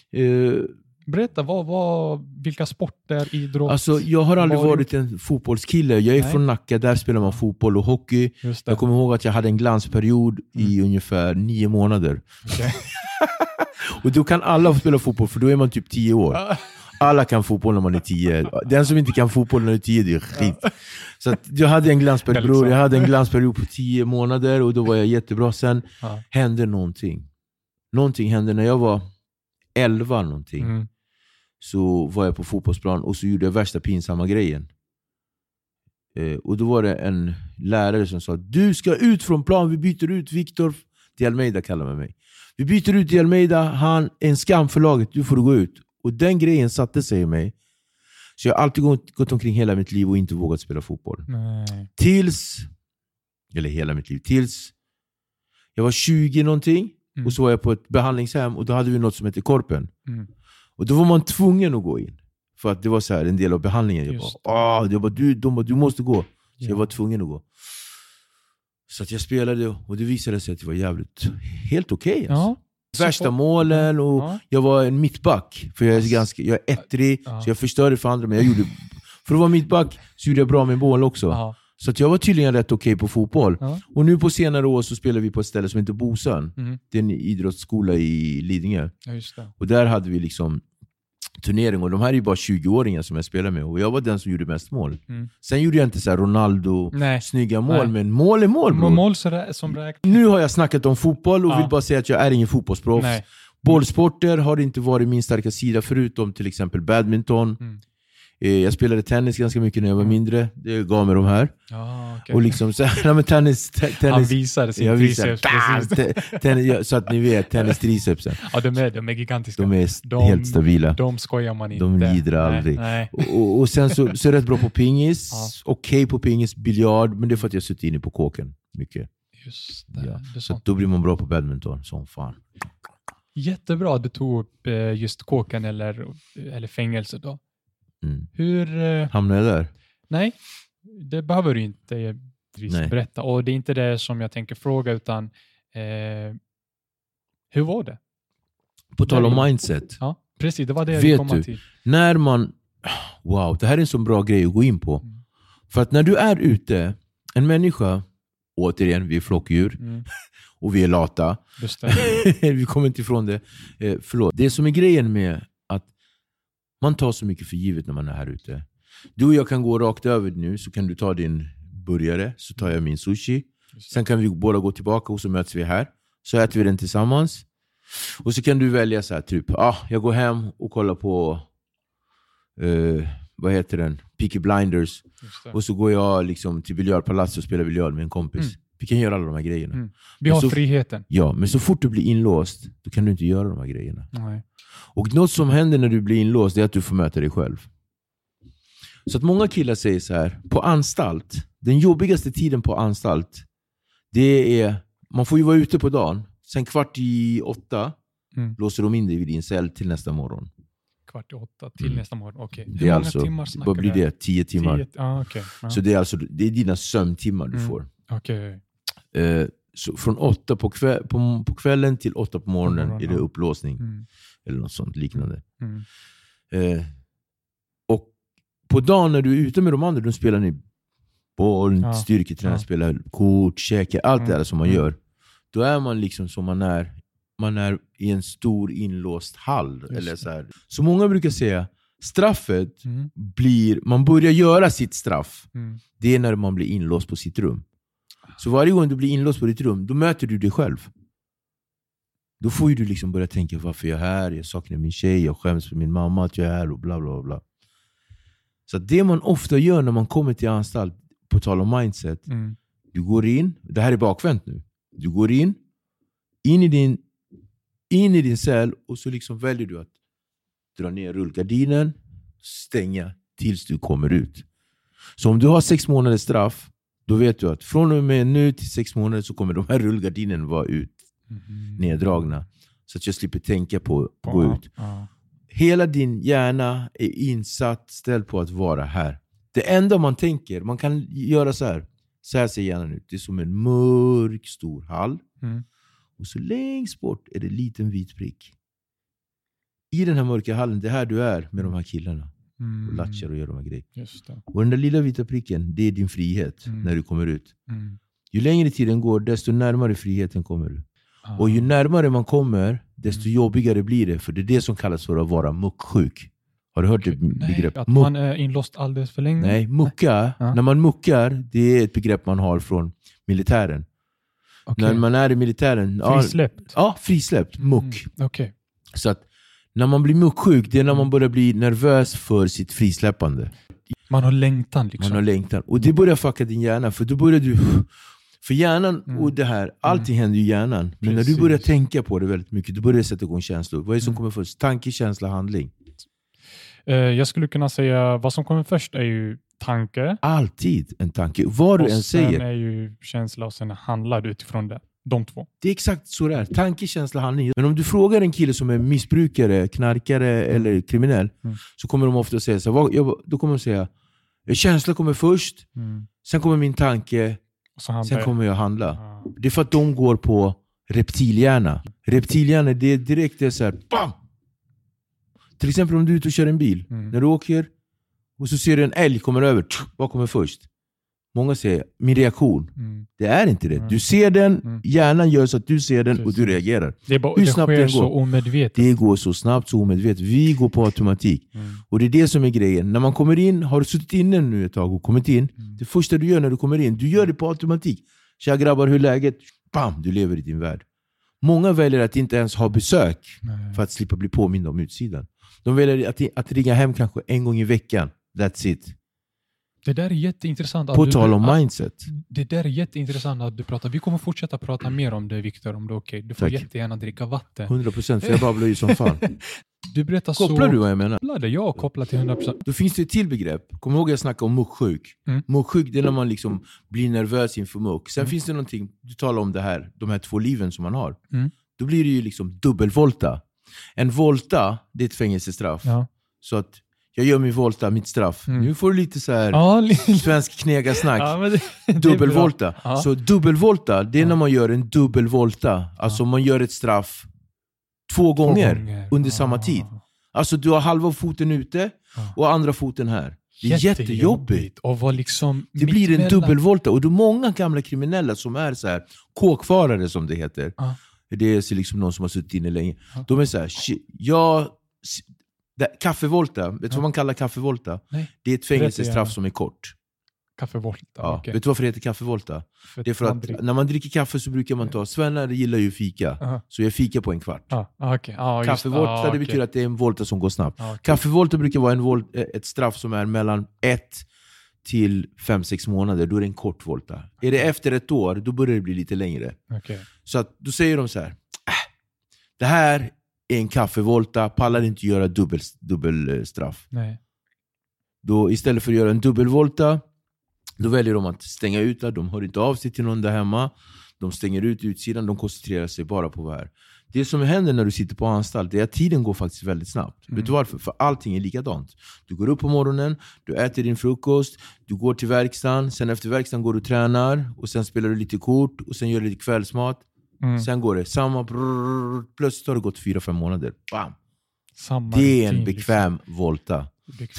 Berätta, vilka sporter, idrott? Alltså, jag har aldrig varit en fotbollskille. Jag är från Nacka, där spelar man fotboll och hockey. Jag kommer ihåg att jag hade en glansperiod i ungefär 9 månader. Okay. Och då kan alla spela fotboll, för då är man typ 10 år. Alla kan fotboll när man är 10. Den som inte kan fotboll när man är 10, det är skit. Så att jag hade en glansperiod. Jag hade en glansperiod på 10 månader och då var jag jättebra. Sen hände någonting. Någonting hände när jag var 11 någonting. Så var jag på fotbollsplan och så gjorde jag värsta pinsamma grejen. Och då var det en lärare som sa: du ska ut från plan, vi byter ut Victor de Almeida, kallar man mig. Vi byter ut de Almeida, han är en skam för laget, du får gå ut. Och den grejen satte sig i mig. Så jag har alltid gått omkring hela mitt liv och inte vågat spela fotboll. Nej. Tills jag var 20 någonting. Och så var jag på ett behandlingshem och då hade vi något som heter Korpen. Och då var man tvungen att gå in. För att det var så här en del av behandlingen. Jag bara, du måste gå. Så jag var tvungen att gå. Så att jag spelade och det visade sig att det var helt okej. Alltså. Värsta målen och jag var en mittback. För jag är ettrig, så jag förstörde för andra. Men jag gjorde, för att vara mittback så gjorde jag bra med boll också. Så att jag var tydligen rätt okej på fotboll. Och nu på senare år så spelar vi på ett ställe som heter Bosön. Det är en idrottsskola i Lidingö. Och där hade vi liksom turnering. Och de här är ju bara 20-åringar som jag spelar med. Och jag var den som gjorde mest mål. Sen gjorde jag inte så här Ronaldo snygga mål. Men mål är mål, bro. Mål som räknas. Nu har jag snackat om fotboll och vill bara säga att jag är ingen fotbollsproffs. Bollsporter har inte varit min starka sida, förutom till exempel badminton. Jag spelade tennis ganska mycket när jag var mindre. Det gav mig de här. Okay. Och liksom så här, men tennis. Han visade sin triceps. Så att ni vet, tennis-tricepsen. Ja, de är gigantiska. De är helt stabila. De skojar man inte. De lider aldrig. Nej. Och sen så är jag rätt bra på pingis. Okej på pingis, biljard. Men det är för att jag suttit inne på kåken mycket. Just det. Ja. Så då blir man bra på badminton. Som fan. Jättebra, du tog upp just kåken eller fängelse då. Hur hamnade jag där? Nej, det behöver du inte berätta. Och det är inte det som jag tänker fråga, utan hur var det? På tal om mindset. Ja, precis, det var det jag kom till. När man... Wow, det här är en så bra grej att gå in på. För att när du är ute, en människa, återigen, vi är flockdjur. Och vi är lata. Just det. Vi kommer inte ifrån det. Förlåt. Det som är grejen med att man tar så mycket för givet när man är här ute. Du och jag kan gå rakt över nu, så kan du ta din burgare, så tar jag min sushi. Sen kan vi båda gå tillbaka och så möts vi här. Så äter vi den tillsammans. Och så kan du välja så här typ, jag går hem och kollar på vad heter den? Peaky Blinders. Och så går jag liksom till biljardpalats och spelar biljard med en kompis. Vi kan göra alla de här grejerna. Vi har friheten. Ja, men så fort du blir inlåst, då kan du inte göra de här grejerna. Nej. Och något som händer när du blir inlåst är att du får möta dig själv. Så att många killar säger så här, på anstalt, den jobbigaste tiden på anstalt, det är, man får ju vara ute på dagen, sen 7:45 låser de in dig vid din cell till nästa morgon. 7:45 till nästa morgon, okej. Hur många alltså, timmar snackar vad blir det? 10 timmar. Okay. Så det är alltså, det är dina sömntimmar du får. Okej. Så från 8 på kvällen till 8 på morgonen är det upplåsning. Eller något sånt liknande. Och på dagen när du är ute med de andra, de spelar ni boll, styrketräning, spelar kort, käkar, allt det där som man gör. Då är man liksom som man är i en stor inlåst hall. Eller så här. Så många brukar säga straffet blir, man börjar göra sitt straff. Det är när man blir inlåst på sitt rum. Så varje gång du blir inlåst på ditt rum, då möter du dig själv. Då får ju du liksom börja tänka, varför jag är här, jag saknar min tjej, jag skäms för min mamma att jag är här och bla bla bla. Så det man ofta gör när man kommer till anstalt, på tal om mindset, du går in, det här är bakvänt nu, du går in i din cell och så liksom väljer du att dra ner rullgardinen, stänga tills du kommer ut. Så om du har 6 månaders straff, då vet du att från och med nu till 6 månader så kommer de här rullgardinen vara neddragna. Så att jag slipper tänka på att gå ut. Hela din hjärna är insatt, ställd på att vara här. Det enda man tänker, man kan göra så här ser hjärnan ut. Det är som en mörk stor hall. Och så längst bort är det en liten vit prick. I den här mörka hallen, det är här du är med de här killarna. Och latchar och gör de här grejerna. Just det. Och den där lilla vita pricken, det är din frihet när du kommer ut. Ju längre tiden går, desto närmare friheten kommer du. Och ju närmare man kommer, desto jobbigare blir det. För det är det som kallas för att vara mucksjuk. Har du hört det begreppet? Att man är inlåst alldeles för länge? Nej, mucka. När man muckar, det är ett begrepp man har från militären. När man är i militären... Frisläppt? Ja, frisläppt. Muck. Så att när man blir mucksjuk, det är när man börjar bli nervös för sitt frisläppande. Man har längtan liksom. Man har längtan. Och det börjar fucka din hjärna. För då börjar du... För hjärnan och det här, allting händer ju i hjärnan. Men när du börjar tänka på det väldigt mycket, då börjar det sätta igång känslor. Vad är det som kommer först? Tanke, känsla, handling. Jag skulle kunna säga, vad som kommer först är ju tanke. Alltid en tanke. Vad du än säger. Och sen är ju känsla och sen handlar du utifrån det. De två. Det är exakt så det är. Tanke, känsla, handling. Men om du frågar en kille som är missbrukare, knarkare eller kriminell, så kommer de ofta säga så här, då kommer de säga, känsla kommer först, sen kommer min tanke, sen kommer jag handla. Det är för att de går på reptilhjärna. Reptilhjärna, det är direkt det så här, bam! Till exempel om du är ute och kör en bil. När du åker och så ser du en älg kommer över. Vad kommer först? Många säger, min reaktion. Det är inte det. Du ser den, hjärnan gör så att du ser den och du reagerar. Hur snabbt det går? Så omedvetet. Det går så snabbt, så omedvetet. Vi går på automatik. Och det är det som är grejen. När man kommer in, har du suttit inne nu ett tag och kommit in. Det första du gör när du kommer in, du gör det på automatik. Tja grabbar, hur är läget? Bam, du lever i din värld. Många väljer att inte ens ha besök för att slippa bli påminna om utsidan. De väljer att ringa hem kanske en gång i veckan. That's it. Det där är jätteintressant. På tal om mindset. Det där är jätteintressant att du pratar. Vi kommer fortsätta prata mer om det, Viktor, om det är okej. Du får jättegärna dricka vatten. 100%, för jag babblar ju som fan. Du berättar kopplar du vad jag menar? Jag kopplar till 100%. Då finns det ett till begrepp. Kom ihåg jag snackade om mucksjuk. Mucksjuk, det är när man liksom blir nervös inför muck. Sen finns det någonting, du talar om det här, de här 2 liven som man har. Då blir det ju liksom dubbelvolta. En volta, det är ett fängelsestraff. Så att jag gör min volta, mitt straff. Nu får du lite så här svensk knegarsnack. Dubbelvolta. Så dubbelvolta, det är när man gör en dubbelvolta. Alltså man gör ett straff 2 gånger under samma tid. Alltså du har halva foten ute och andra foten här. Det är jättejobbigt. Och liksom det blir en dubbelvolta. Och då många gamla kriminella som är så här kåkfarare som det heter. Det är liksom någon som har suttit inne länge. De är så här, kaffevolta, vet du vad man kallar kaffevolta? Nej. Det är ett fängelsestraff som är kort. Kaffevolta, Vet du varför det heter kaffevolta? Det är för att när man dricker kaffe så brukar man ta, svennar gillar ju fika. Så jag fika på en kvart. Kaffevolta, det betyder att det är en volta som går snabbt. Kaffevolta brukar vara ett straff som är mellan 1 till 5-6 månader. Då är det en kort volta. Är det efter 1 år, då börjar det bli lite längre. Så att, då säger de så här, det här är en kaffevolta, pallar inte göra dubbelstraff. Då istället för att göra en dubbelvolta, då väljer de att stänga ut det. De hör inte av sig till någon där hemma. De stänger ut utsidan, de koncentrerar sig bara på vad här. Det som händer när du sitter på anstalt är att tiden går faktiskt väldigt snabbt. Vet du varför? För allting är likadant. Du går upp på morgonen, du äter din frukost, du går till verkstaden, sen efter verkstaden går du och tränar, och sen spelar du lite kort, och sen gör du lite kvällsmat. Sen går det samma, plötsligt har det gått 4-5 månader. Bam! Det är en bekväm volta.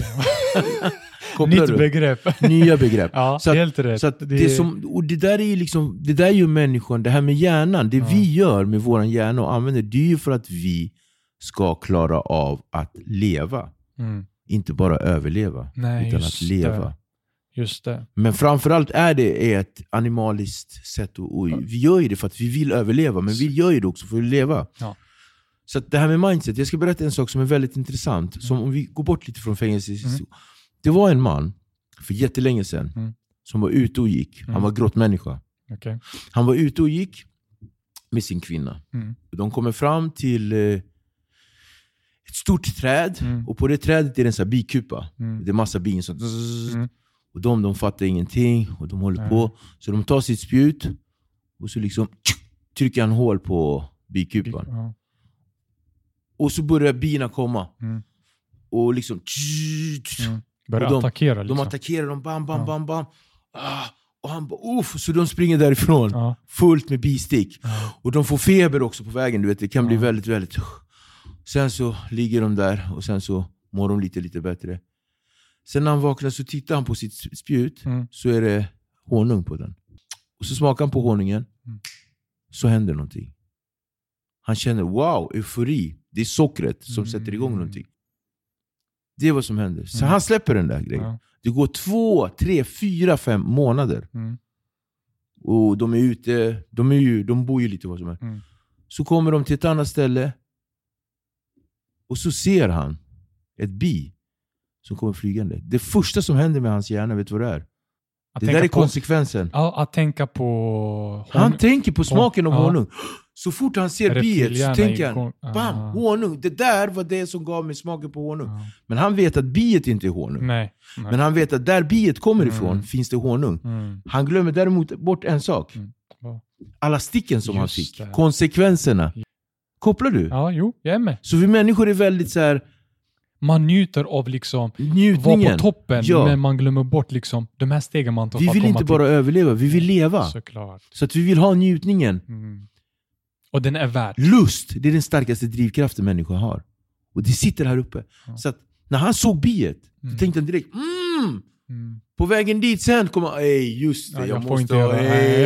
Nytt begrepp. Nya begrepp. Ja, så att, helt rätt. Så att det där är ju liksom, det där är ju människan, det här med hjärnan, det vi gör med våran hjärna och använder, det är ju för att vi ska klara av att leva. Inte bara överleva. Nej, utan att leva. Just det. Men framförallt är det ett animaliskt sätt. Och vi gör ju det för att vi vill överleva, men vi gör ju det också för att leva. Ja. Så att det här med mindset, jag ska berätta en sak som är väldigt intressant. Som om vi går bort lite från fängelse. Det var en man för jättelänge sedan som var ute och gick. Han var grottmänniska. Okay. Han var ute och gick med sin kvinna. De kommer fram till ett stort träd. Och på det trädet är det en sån här bikupa. Det är massa bin som... Och de fattar ingenting. Och de håller på. Så de tar sitt spjut. Och så liksom trycker han hål på bikupan. Och så börjar bina komma. Och liksom... Börjar attackera. Liksom. De attackerar dem. Bam, bam, bam, bam. Och han bara... Så de springer därifrån. Fullt med bistick. Och de får feber också på vägen. Du vet, det kan bli väldigt, väldigt... Sen så ligger de där. Och sen så mår de lite bättre. Sen när han vaknar så tittar han på sitt spjut. Så är det honung på den. Och så smakar han på honungen. Så händer någonting. Han känner, wow, eufori. Det är sockret som sätter igång någonting. Det är vad som händer. Så han släpper den där grejen. Det går 2, 3, 4, 5 månader. Och de är ute. De bor ju lite vad som är. Så kommer de till ett annat ställe. Och så ser han ett bi som kommer flygande. Det första som händer med hans hjärna, vet du vad det är? Det där är konsekvensen. Ja, att tänka på... Han tänker på smaken av honung. Så fort han ser biet så tänker han, bam, honung. Det där var det som gav mig smaken på honung. Men han vet att biet inte är honung. Nej. Men han vet att där biet kommer ifrån finns det honung. Han glömmer däremot bort en sak. Alla sticken som han fick. Konsekvenserna. Kopplar du? Ja, jo, jag är med. Så vi människor är väldigt så här... Man njuter av liksom vara på toppen, men man glömmer bort liksom de här stegen man tar. Vi vill inte bara överleva, vi vill leva. Såklart. Så att vi vill ha njutningen. Och den är värd. Lust, det är den starkaste drivkraften människor har. Och det sitter här uppe. Så att när han såg biet, då tänkte han direkt, på vägen dit sen kommer just det, jag måste ha...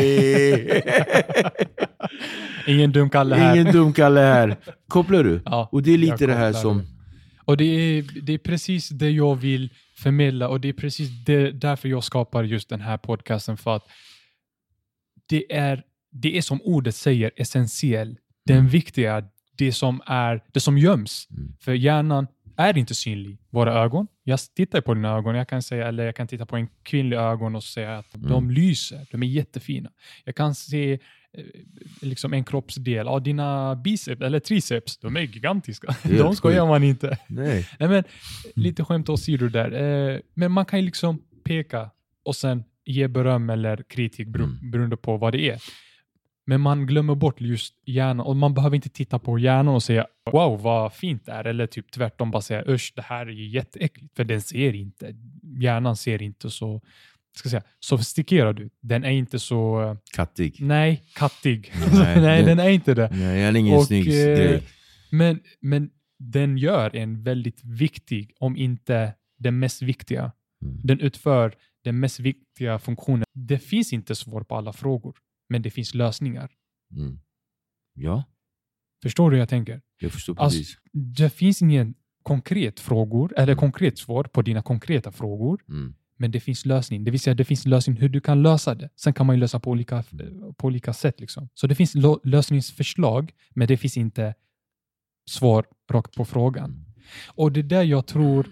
Ingen dumkalle här. Ingen dumkalle här. Kopplar du? Ja, och det är lite det här som... Och det är precis det jag vill förmedla. Och det är precis därför jag skapar just den här podcasten. För att det är som ordet säger, essentiell. Den viktiga, det som göms. För hjärnan är inte synlig. Våra ögon. Jag tittar på dina ögon. Jag kan titta på en kvinnlig ögon och säga att de lyser. De är jättefina. Jag kan se liksom en kroppsdel av dina biceps eller triceps, de är gigantiska. De skojar man inte. Nej, men lite skämt åsido där. Men man kan ju liksom peka och sen ge beröm eller kritik beroende på vad det är. Men man glömmer bort just hjärnan och man behöver inte titta på hjärnan och säga wow, vad fint det är. Eller typ tvärtom bara säga det här är jätteäckligt. För hjärnan ser inte så sofistikerad ut. Den är inte så... Kattig. Nej, kattig. Nej, den är inte det. Nej, jag är ingen snygg grej. Men den gör en väldigt viktig, om inte den mest viktiga. Den utför den mest viktiga funktionen. Det finns inte svar på alla frågor. Men det finns lösningar. Ja. Förstår du hur jag tänker? Jag förstår precis. Alltså, det finns ingen konkret frågor eller konkret svar på dina konkreta frågor. Men det finns lösning. Det vill säga det finns lösning hur du kan lösa det. Sen kan man ju lösa på olika sätt. Liksom. Så det finns lösningsförslag. Men det finns inte svar rakt på frågan. Och det är där jag tror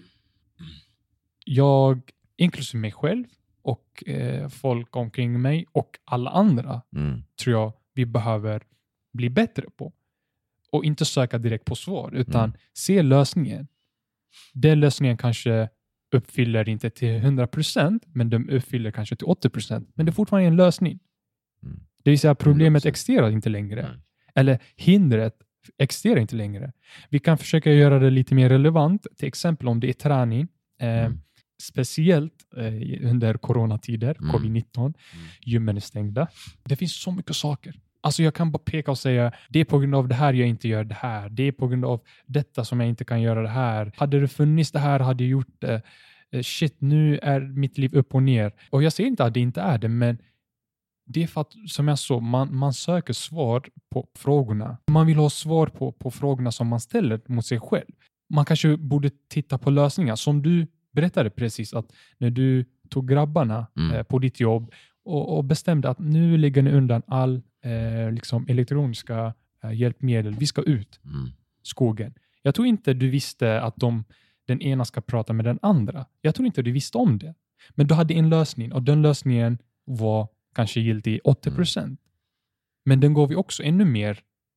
jag, inklusive mig själv och folk omkring mig och alla andra tror jag vi behöver bli bättre på. Och inte söka direkt på svar utan se lösningen. Den lösningen kanske uppfyller inte till 100% men de uppfyller kanske till 80%. Men det är fortfarande en lösning. Det vill säga problemet existerar inte längre. Nej. Eller hindret existerar inte längre. Vi kan försöka göra det lite mer relevant. Till exempel om det är träning. Speciellt under coronatider, covid-19. Gymmen är stängda. Det finns så mycket saker. Alltså jag kan bara peka och säga, det är på grund av det här jag inte gör det här. Det är på grund av detta som jag inte kan göra det här. Hade det funnits det här hade jag gjort det. Shit, nu är mitt liv upp och ner. Och jag säger inte att det inte är det, men det är för att, som jag sa, man söker svar på frågorna. Man vill ha svar på frågorna som man ställer mot sig själv. Man kanske borde titta på lösningar. Som du berättade precis, att när du tog grabbarna på ditt jobb och bestämde att nu lägger ni undan all liksom elektroniska hjälpmedel. Vi ska ut skogen. Jag tror inte du visste att den ena ska prata med den andra. Jag tror inte du visste om det. Men du hade en lösning och den lösningen var kanske giltig 80%. Men den gav ju också ännu mer.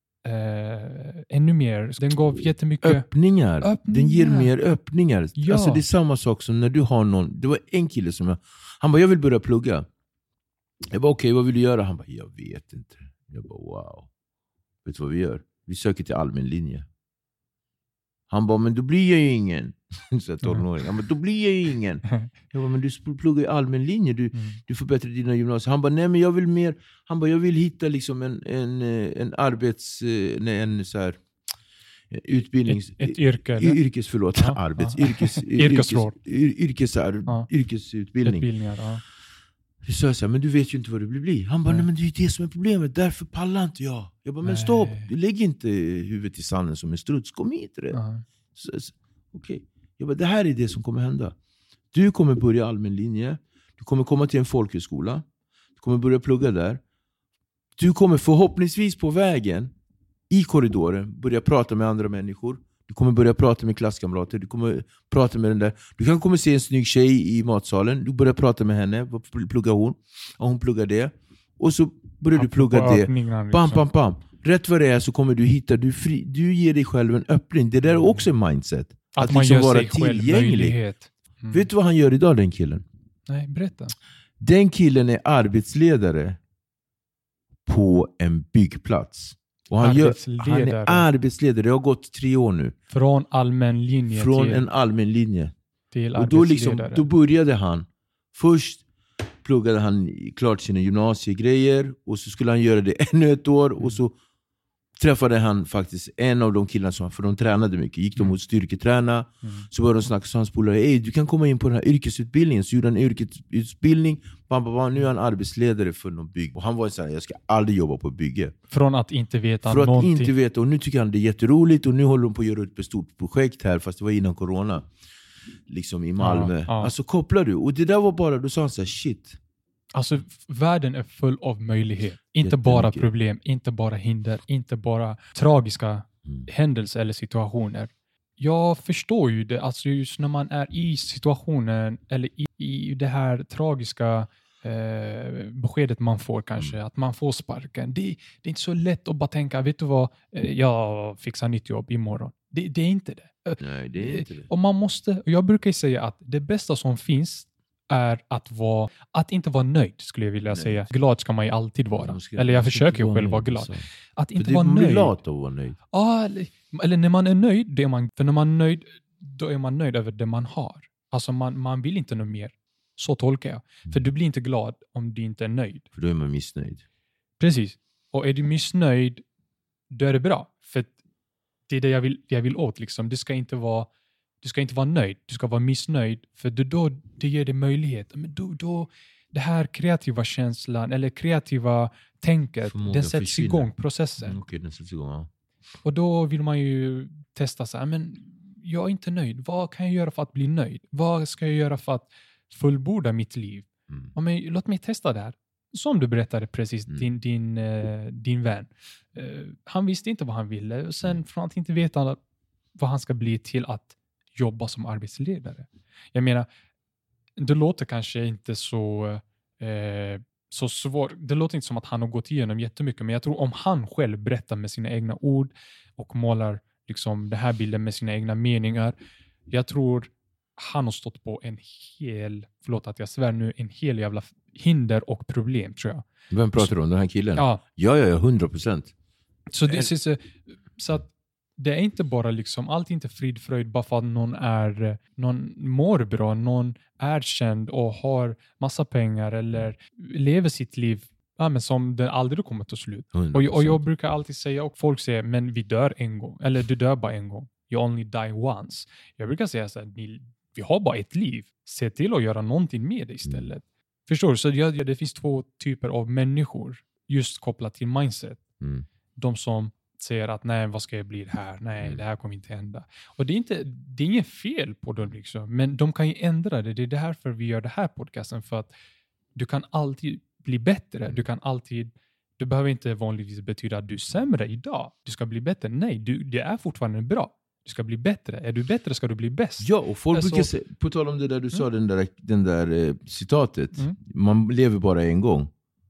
Den gav jättemycket öppningar. Den ger mer öppningar. Ja. Alltså det är samma sak som när du har någon. Det var en kille som han bara, jag vill börja plugga. Jag bara, okej, vad vill du göra? Han bara, jag vet inte. Jag bara, wow. Vet du vad vi gör? Vi söker till allmän linje. Han bara, men då blir jag ju ingen. Så jag 12-åring. Han bara, då blir jag ju ingen. Jag bara, men du pluggar i allmän linje. Du förbättrar dina gymnasier. Han bara, nej men jag vill mer. Han bara, jag vill hitta liksom en arbets... En så här... Utbildnings... Ett yrke, eller? Yrkesförlåt. Ja, Yrkesutbildning. Utbildningar, ja. Så jag sa, men du vet ju inte vad det bli. Han bara, nej men det är det som är problemet. Därför pallar inte jag. Jag bara, men stopp. Du lägger inte huvudet i sanden som en struts. Kom hit. Okej. Jag bara, det här är det som kommer hända. Du kommer börja allmän linje. Du kommer komma till en folkhögskola. Du kommer börja plugga där. Du kommer förhoppningsvis på vägen i korridoren börja prata med andra människor. Du kommer börja prata med klasskamrater. Du kommer prata med den där. Du kan komma se en snygg tjej i matsalen. Du börjar prata med henne. Vad pluggar hon? Och hon pluggar det. Och så börjar du plugga det. Bam, bam, bam. Rätt vad det är så kommer du hitta. Du ger dig själv en öppning. Det där är också en mindset. Att man liksom gör sig själv möjlighet. Vet du vad han gör idag, den killen? Nej, berätta. Den killen är arbetsledare på en byggplats. Och han är arbetsledare. Det har gått 3 år nu. Från allmän linje en allmän linje. Till och då började han. Först pluggade han klart sina gymnasiegrejer. Och så skulle han göra det ännu ett år. Och så träffade han faktiskt en av de killarna för de tränade mycket. Gick de mot styrketräna. Så började de snacka. Så han spolade, du kan komma in på den här yrkesutbildningen. Så gjorde han en yrkesutbildning. Nu är han arbetsledare för någon bygg. Och han var så här, jag ska aldrig jobba på bygge. Från att inte veta någonting. Från att inte veta. Och nu tycker han det är jätteroligt. Och nu håller de på att göra ett stort projekt här. Fast det var innan corona. Liksom i Malmö. Ja. Alltså kopplar du. Och det där var bara, då sa han så här, shit. Alltså världen är full av möjlighet. Inte bara problem, inte bara hinder, inte bara tragiska händelser eller situationer. Jag förstår ju det, alltså just när man är i situationen eller i det här tragiska beskedet man får kanske, att man får sparken. Det är inte så lätt att bara tänka, vet du vad, jag fixar nytt jobb imorgon. Det är inte det. Nej, det är inte det. Och man måste, jag brukar säga att det bästa som finns är att inte vara nöjd, skulle jag vilja säga. Glad ska man ju alltid vara. Eller jag försöker ju själv vara glad. Att inte vara nöjd. Glad att vara nöjd. Ja, eller när man är nöjd, det är man. För när man är nöjd, då är man nöjd över det man har. Alltså man vill inte något mer. Så tolkar jag. För du blir inte glad om du inte är nöjd. För då är man missnöjd. Precis. Och är du missnöjd, då är det bra. För det är det jag vill åt. Liksom. Du ska inte vara nöjd. Du ska vara missnöjd. För det ger dig möjlighet. Men då det här kreativa känslan eller kreativa tänket, den sätts igång, processen. Okej, den sätts igång, ja. Och då vill man ju testa så här, men jag är inte nöjd. Vad kan jag göra för att bli nöjd? Vad ska jag göra för att fullborda mitt liv? Ja, men låt mig testa det här. Som du berättade precis, din vän. Han visste inte vad han ville. Och sen från att inte veta vad han ska bli till att jobba som arbetsledare. Jag menar, det låter kanske inte så svårt. Det låter inte som att han har gått igenom jättemycket, men jag tror om han själv berättar med sina egna ord och målar liksom den här bilden med sina egna meningar, jag tror han har stått på en hel jävla hinder och problem, tror jag. Vem pratar du om? Den här killen? Ja. Ja, 100%. Så att det är inte bara liksom, allt är inte fridfröjd bara för att någon mår bra, någon är känd och har massa pengar eller lever sitt liv men som det aldrig kommer ta slut. Och jag brukar alltid säga, och folk säger, men vi dör en gång, eller du dör bara en gång. You only die once. Jag brukar säga så här, vi har bara ett liv. Se till att göra någonting med det istället. Förstår du? Så det finns 2 typer av människor just kopplat till mindset. De som säger att nej, vad ska jag bli här? Nej, det här kommer inte hända. Och det är inget fel på dem liksom. Men de kan ju ändra det. Det är därför vi gör det här podcasten. För att du kan alltid bli bättre. Du behöver inte vanligtvis betyda att du är sämre idag. Du ska bli bättre. Nej, det är fortfarande bra. Du ska bli bättre. Är du bättre ska du bli bäst. Ja, och folk brukar säga, på tal om det där du sa, den där citatet. Man lever bara en gång.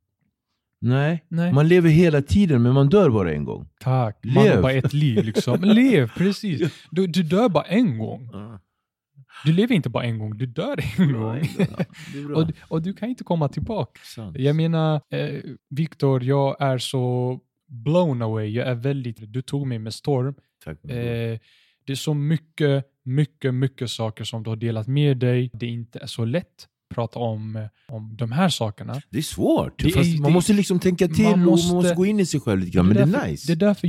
Nej, man lever hela tiden, men man dör bara en gång. Tack, man har bara ett liv liksom. Lev, precis. Du dör bara en gång. Du lever inte bara en gång, du dör en gång. Och du kan inte komma tillbaka. Sant. Jag menar, Victor, jag är så blown away. Jag är väldigt, du tog mig med storm. Tack. Det är så mycket saker som du har delat med dig. Det är inte så lätt att prata om de här sakerna. Det är svårt. Man måste liksom tänka till och man måste gå in i sig själv lite grann. Men det är nice. Det är därför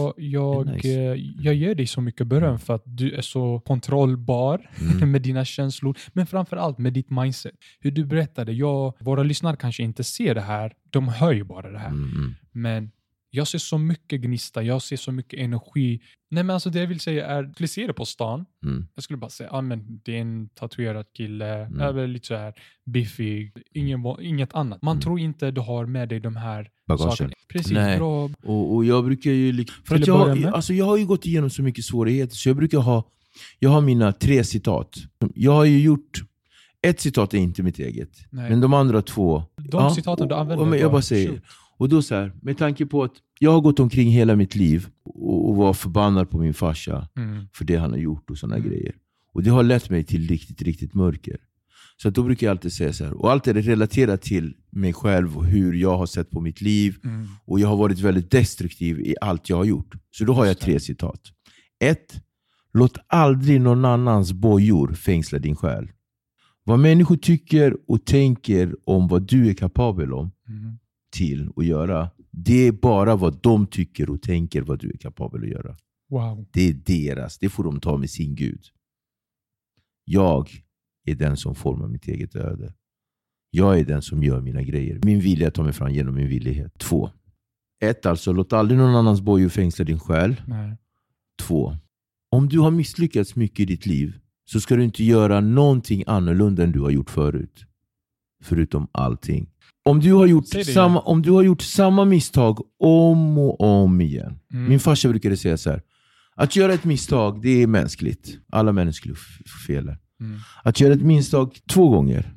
jag ger dig så mycket beröm, för att du är så kontrollbar med dina känslor. Men framförallt med ditt mindset. Hur du berättade. Våra lyssnare kanske inte ser det här. De hör ju bara det här. Men jag ser så mycket gnista, jag ser så mycket energi. Nej, men alltså det jag vill säga är, jag ser det på stan. Jag skulle bara säga, men det är en tatuerad kille, är lite så här biffig, inget annat. Man tror inte du har med dig de här sakerna. Precis, nej. Bra. Och jag brukar ju, för att jag har ju gått igenom så mycket svårigheter, så jag brukar jag har mina 3 citat. Jag har ju gjort, ett citat är inte mitt eget, men de andra 2. De citaten du använder. Jag bara säger. Och då så här, med tanke på att jag har gått omkring hela mitt liv och var förbannad på min farsa för det han har gjort och sådana grejer. Och det har lett mig till riktigt, riktigt mörker. Så att då brukar jag alltid säga så här, och allt är relaterat till mig själv och hur jag har sett på mitt liv. Och jag har varit väldigt destruktiv i allt jag har gjort. Så då har jag 3 citat. 1. Låt aldrig någon annans bojor fängsla din själ. Vad människor tycker och tänker om vad du är kapabel om till att göra, det är bara vad de tycker och tänker vad du är kapabel att göra. Wow. Det är deras, det får de ta med sin Gud. Jag är den som formar mitt eget öde. Jag är den som gör mina grejer. Min vilja tar mig fram genom min villighet. 2. 1. Alltså, låt aldrig någon annans bojor fängsla din själ. 2. Om du har misslyckats mycket i ditt liv, så ska du inte göra någonting annorlunda än du har gjort förut. Förutom allting. Om du har gjort samma misstag om och om igen. Min farsa brukade säga så här: att göra ett misstag, det är mänskligt. Alla människor felar. Att göra ett misstag 2 gånger,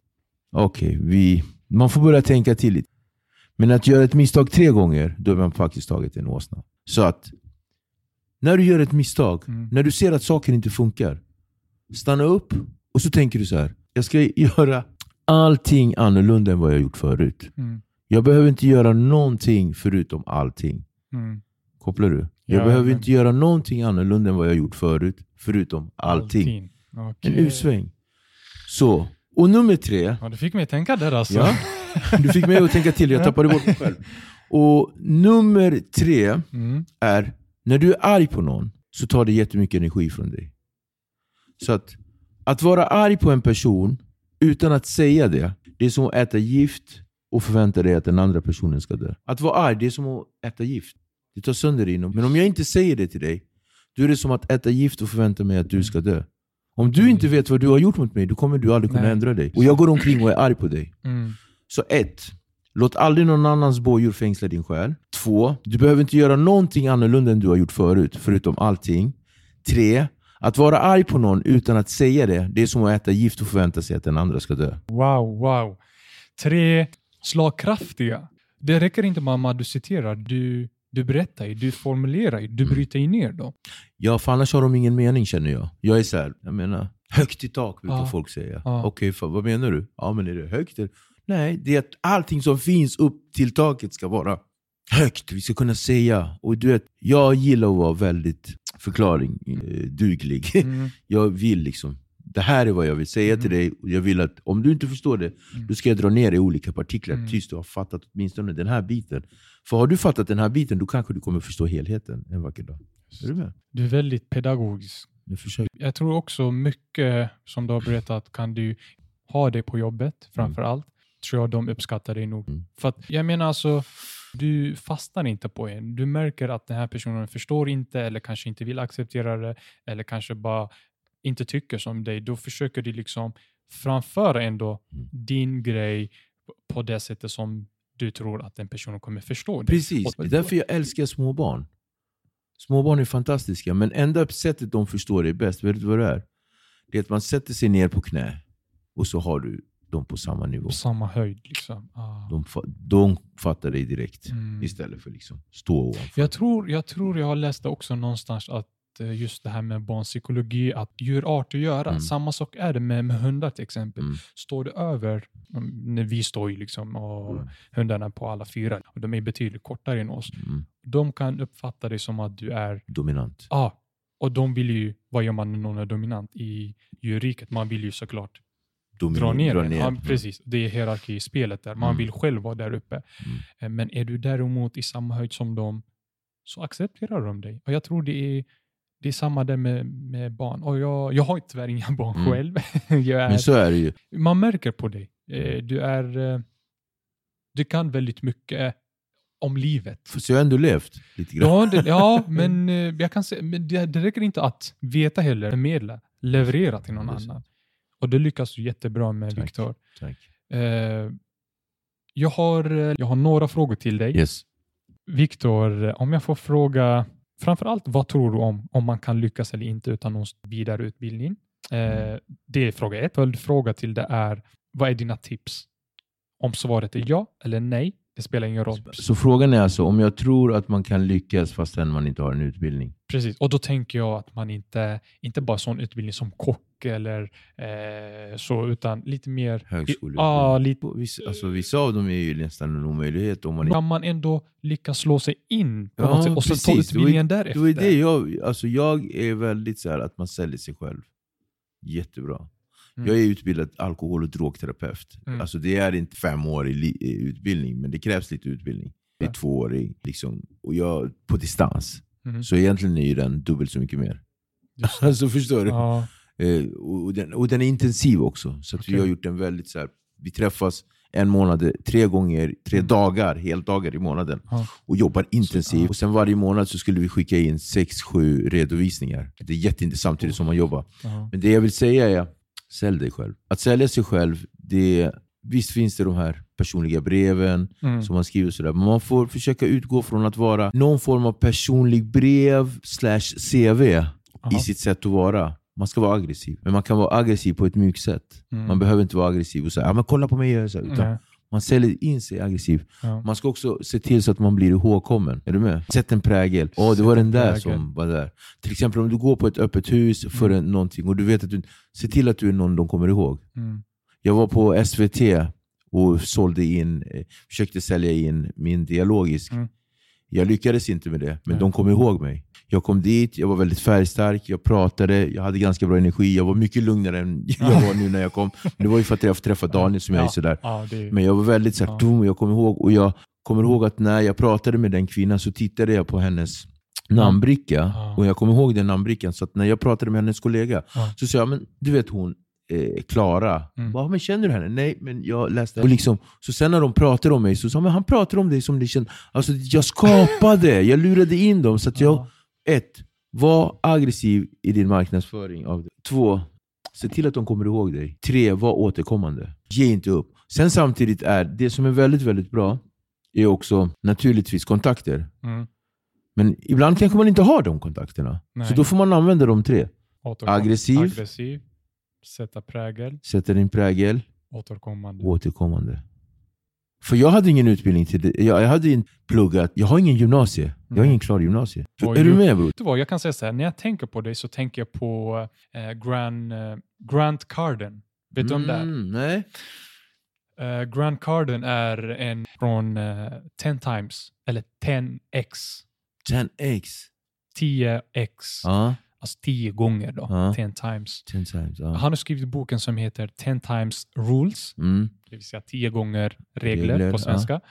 okej, man får börja tänka till lite. Men att göra ett misstag 3 gånger, då har man faktiskt tagit en åsna. Så att när du gör ett misstag, när du ser att saker inte funkar, stanna upp och så tänker du så här: jag ska göra allting annorlunda än vad jag gjort förut. Jag behöver inte göra någonting förutom allting. Kopplar du? Jag behöver inte göra någonting annorlunda än vad jag gjort förut förutom allting. Okay. En utsväng. Så, och nummer 3. Ja, du fick mig att tänka där alltså. Ja, du fick mig att tänka till. Jag tappade bort mig själv. Och nummer 3 är, när du är arg på någon så tar det jättemycket energi från dig. Så att vara arg på en person utan att säga det är som att äta gift och förvänta dig att den andra personen ska dö. Att vara arg, det är som att äta gift. Det tar sönder dig inom. Men om jag inte säger det till dig, då är det som att äta gift och förvänta mig att du ska dö. Om du inte vet vad du har gjort mot mig, då kommer du aldrig kunna ändra dig. Och jag går omkring och är arg på dig. Så 1. Låt aldrig någon annans bojor fängsla din själ. 2. Du behöver inte göra någonting annorlunda än du har gjort förut, förutom allting. 3. Att vara arg på någon utan att säga det är som att äta gift och förvänta sig att den andra ska dö. Wow. 3 slagkraftiga. Det räcker inte med att du citerar. Du berättar ju, du formulerar ju, du bryter ju ner då. Ja, för annars har de ingen mening, känner jag. Jag är så här, jag menar, högt i tak brukar folk säga. Okej, vad menar du? Ja, men är det högt? Nej, Nej, det är att allting som finns upp till taket ska vara högt. Vi ska kunna säga. Och du vet, jag gillar att vara väldigt duglig. Jag vill liksom, det här är vad jag vill säga till dig. Och jag vill att om du inte förstår det, då ska jag dra ner i olika partiklar tills du har fattat åtminstone den här biten. För har du fattat den här biten, då kanske du kommer förstå helheten en vacker dag. Är du med? Du är väldigt pedagogisk. Jag tror också mycket som du har berättat kan du ha det på jobbet framförallt. Tror jag de uppskattar dig nog. För att jag menar alltså, du fastnar inte på en. Du märker att den här personen förstår inte eller kanske inte vill acceptera det eller kanske bara inte tycker som dig. Då försöker du liksom framföra ändå din grej på det sättet som du tror att den personen kommer förstå dig. Precis, det är därför jag älskar små barn. Små barn är fantastiska, men enda sättet de förstår det bäst, vet du vad det är? Det är att man sätter sig ner på knä och så har du dem på samma nivå. På samma höjd liksom. De fattar dig direkt istället för liksom stå ovanför. Jag tror jag har läst också någonstans att just det här med barnpsykologi, att djurarter göra. Samma sak är det med hundar till exempel. Står det över, när vi står ju liksom och hundarna på alla fyra och de är betydligt kortare än oss. De kan uppfatta det som att du är dominant. Ja, och de vill ju, vad gör man när någon är dominant i djurriket? Man vill ju såklart dra ner. Ja, precis. Det är hierarki i spelet där. Man vill själv vara där uppe. Men är du däremot i samma höjd som dem, så accepterar de dig. Och jag tror det är samma där med barn. Och jag har tyvärr inga barn själv. Men så är det ju. Man märker på dig. Du kan väldigt mycket om livet. Så jag har ändå levt lite grann. Men jag kan säga, men det räcker inte att veta heller, förmedla, leverera till någon annan. Och det lyckas du jättebra med, Viktor. Tack. Jag har några frågor till dig. Yes. Viktor, om jag får fråga, framförallt vad tror du om man kan lyckas eller inte utan någon vidare utbildning? Det är fråga 1. Följdfråga till det är, vad är dina tips? Om svaret är ja eller nej, det spelar ingen roll. Så frågan är alltså om jag tror att man kan lyckas fastän man inte har en utbildning. Precis, och då tänker jag att man inte bara sån utbildning som kock eller så, utan lite mer högskoleutbildning. Vissa av dem är ju nästan en omöjlighet. Om man kan man ändå lyckas slå sig in på något sätt och så ta utbildningen därefter. Det är det jag är väldigt så här att man säljer sig själv. Jättebra. Jag är utbildad alkohol- och drogterapeut. Alltså det är inte 5 år i utbildning, men det krävs lite utbildning. Det är 2 år liksom, och jag på distans. Så egentligen är ju den dubbelt så mycket mer. Alltså förstår du? Ja. Och den är intensiv också. Så att vi har gjort den väldigt så här, vi träffas 1 månad, 3 dagar, heldagar i månaden. Och jobbar intensivt. Och sen varje månad så skulle vi skicka in 6-7 redovisningar. Det är jätteintressant samtidigt som man jobbar. Men det jag vill säga är, sälj dig själv. Att sälja sig själv, visst finns det de här personliga breven som man skriver sådär. Men man får försöka utgå från att vara någon form av personlig brev /CV i sitt sätt att vara. Man ska vara aggressiv. Men man kan vara aggressiv på ett mjukt sätt. Man behöver inte vara aggressiv och säga, men kolla på mig. Utan man säljer in sig aggressiv. Man ska också se till så att man blir ihågkommen. Är du med? Sätt en prägel. Det var den där som var där. Till exempel om du går på ett öppet hus för någonting och du vet att du se till att du är någon de kommer ihåg. Jag var på SVT och försökte sälja in min dialogisk. Jag lyckades inte med det, men de kom ihåg mig. Jag kom dit, jag var väldigt färgstark, jag pratade, jag hade ganska bra energi, jag var mycket lugnare än jag var nu när jag kom. Det var ju för att jag träffade Daniel som jag är sådär. Men jag var väldigt så här tom, jag kommer ihåg. Och jag kommer ihåg att när jag pratade med den kvinnan så tittade jag på hennes namnbricka. Och jag kommer ihåg den namnbrickan, så att när jag pratade med hennes kollega så sa jag, men du vet hon Klara. Men känner du henne? Nej, men jag läste. Och liksom, så sen när de pratade om mig så sa men han pratar om dig som det känns. Alltså jag skapade, jag lurade in dem så att jag 1. Var aggressiv i din marknadsföring av det. 2. Se till att de kommer ihåg dig. 3. Var återkommande. Ge inte upp. Sen samtidigt är det som är väldigt, väldigt bra är också naturligtvis kontakter. Men ibland kanske man inte har de kontakterna. Nej. Så då får man använda de 3. Aggressiv. Sätta din prägel. Återkommande. För jag hade ingen utbildning till det. Jag hade inte pluggat. Jag har ingen gymnasie. Jag har ingen klar gymnasie. Är du med, bro? Jag kan säga så här. När jag tänker på det så tänker jag på Grant Cardone. Vet du om det? Nej. Grant Cardone är en från 10 times, eller 10x. 10x? 10x. Alltså 10 gånger då. 10 times. 10 times, Han har skrivit boken som heter 10 times rules. Det vill säga 10 gånger regler på svenska.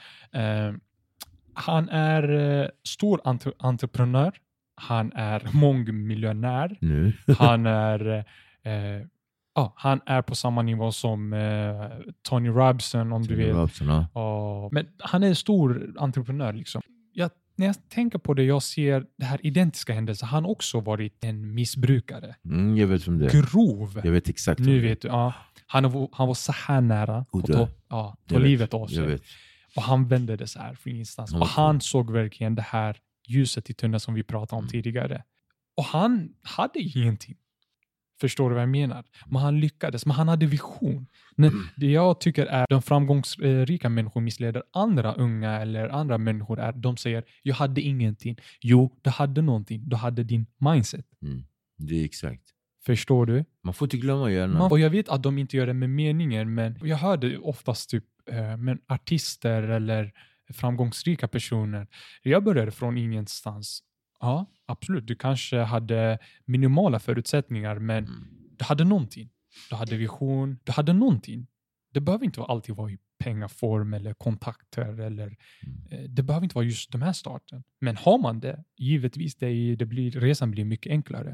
Han är stor entreprenör. Han är mångmiljonär. Han är han är på samma nivå som Tony Robinson, om du vet. Men han är en stor entreprenör liksom. När jag tänker på det, jag ser det här identiska händelser. Han har också varit en missbrukare. Jag vet om det. Grov. Jag vet exakt. Nu vet du. Han var så här nära att ta livet av sig. Och han vände det så här från ingenstans. Och han såg verkligen det här ljuset i tunneln som vi pratade om tidigare. Och han hade ingenting. Förstår du vad jag menar? Men han lyckades. Men han hade vision. Det jag tycker är de framgångsrika människor missleder andra unga eller andra människor är de säger jag hade ingenting. Jo, du hade någonting. Du hade din mindset. Det är exakt. Förstår du? Man får inte glömma gärna. Och jag vet att de inte gör det med meningen, men jag hörde oftast typ artister eller framgångsrika personer. Jag började från ingenstans. Ja, absolut. Du kanske hade minimala förutsättningar, men du hade någonting. Du hade vision. Du hade någonting. Det behöver inte alltid vara i pengaform eller kontakter. Eller, det behöver inte vara just de här starten. Men har man det, givetvis resan blir mycket enklare.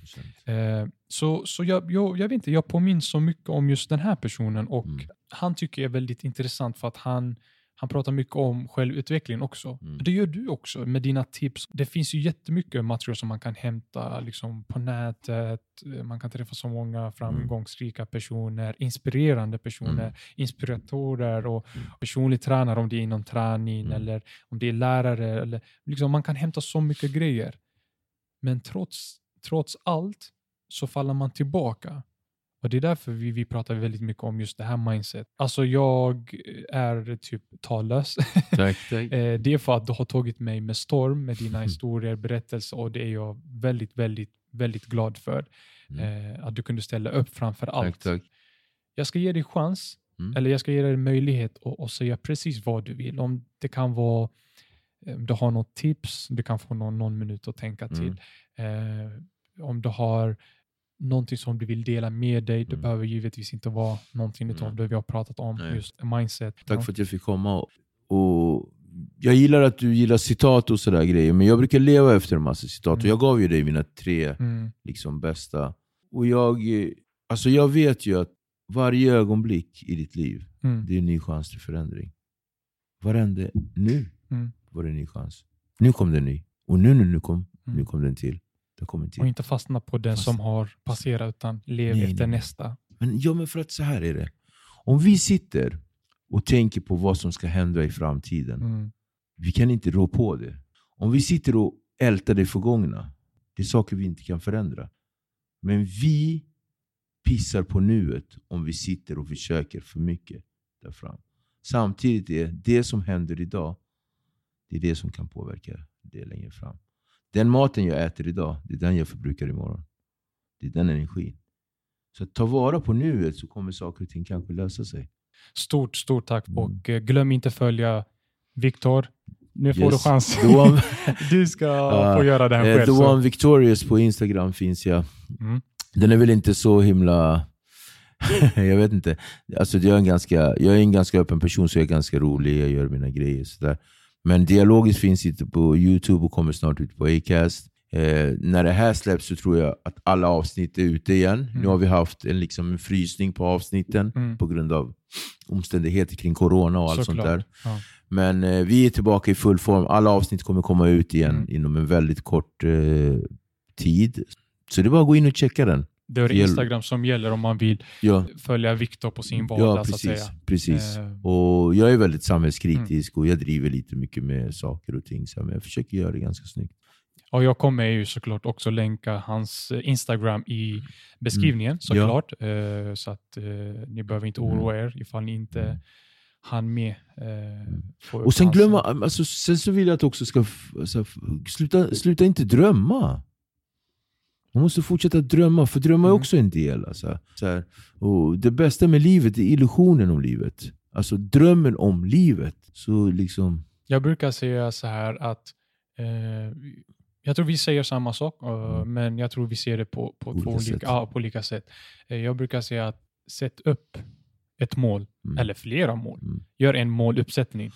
100%. Så jag vet inte, jag påminns så mycket om just den här personen. Och han tycker jag är väldigt intressant för att han pratar mycket om självutveckling också. Det gör du också med dina tips. Det finns ju jättemycket material som man kan hämta liksom, på nätet. Man kan träffa så många framgångsrika personer, inspirerande personer, inspiratorer och personlig tränare om det är inom träning eller om det är lärare. Eller, liksom, man kan hämta så mycket grejer. Men trots allt så faller man tillbaka. Och det är därför vi pratar väldigt mycket om just det här mindset. Alltså jag är typ tallös. Tack. Det är för att du har tagit mig med storm med dina historier, berättelser. Och det är jag väldigt, väldigt, väldigt glad för. Att du kunde ställa upp framför allt. Tack. Jag ska ge dig chans. Eller jag ska ge dig möjlighet att säga precis vad du vill. Om det kan vara, du har något tips. Du kan få någon minut att tänka till. Om du har någonting som du vill dela med dig. Det behöver givetvis inte vara någonting av det vi har pratat om. Just mindset. Tack för att jag fick komma. Och jag gillar att du gillar citat och sådär grejer. Men jag brukar leva efter en massa citat. Och jag gav ju dig mina 3 liksom bästa. Och jag vet ju att varje ögonblick i ditt liv det är en ny chans till förändring. Varenda nu var det en ny chans. Nu kom det ny. Och nu kom den till. Och inte fastna på den som har passerat utan lev efter nästa. Men för att så här är det. Om vi sitter och tänker på vad som ska hända i framtiden. Vi kan inte rå på det. Om vi sitter och ältar det förgångna. Det är saker vi inte kan förändra. Men vi pissar på nuet om vi sitter och försöker för mycket där fram. Samtidigt är det som händer idag. Det är det som kan påverka det längre fram. Den maten jag äter idag, det är den jag förbrukar imorgon. Det är den energin. Så ta vara på nuet så kommer saker och ting kanske lösa sig. Stort tack. Och glöm inte följa Viktor. Nu får du chans. Du ska få göra det här själv. The One Victorious på Instagram finns jag. Den är väl inte så himla... jag vet inte. Alltså jag är en ganska öppen person, så jag är ganska rolig. Jag gör mina grejer sådär. Men dialogiskt finns inte på YouTube och kommer snart ut på Acast. När det här släpps så tror jag att alla avsnitt är ute igen. Nu har vi haft en frysning på avsnitten på grund av omständigheter kring corona och allt sånt där. Ja. Men vi är tillbaka i full form. Alla avsnitt kommer komma ut igen inom en väldigt kort tid. Så det är bara att gå in och checka den. Det är Instagram som gäller om man vill följa Viktor på sin vardag. Ja, precis. Och jag är väldigt samhällskritisk och jag driver lite mycket med saker och ting. Så jag försöker göra det ganska snyggt. Och jag kommer ju såklart också länka hans Instagram i beskrivningen såklart. Så att ni behöver inte oroa er ifall ni inte hann med. Och sen sen så vill jag att också ska sluta inte drömma. Man måste fortsätta drömma, för drömma är också en del. Alltså. Och det bästa med livet är illusionen om livet. alltså drömmen om livet. Så liksom... Jag brukar säga så här att jag tror vi säger samma sak, men jag tror vi ser det på två olika sätt. Jag brukar säga att sätt upp ett mål, eller flera mål. Gör en måluppsättning.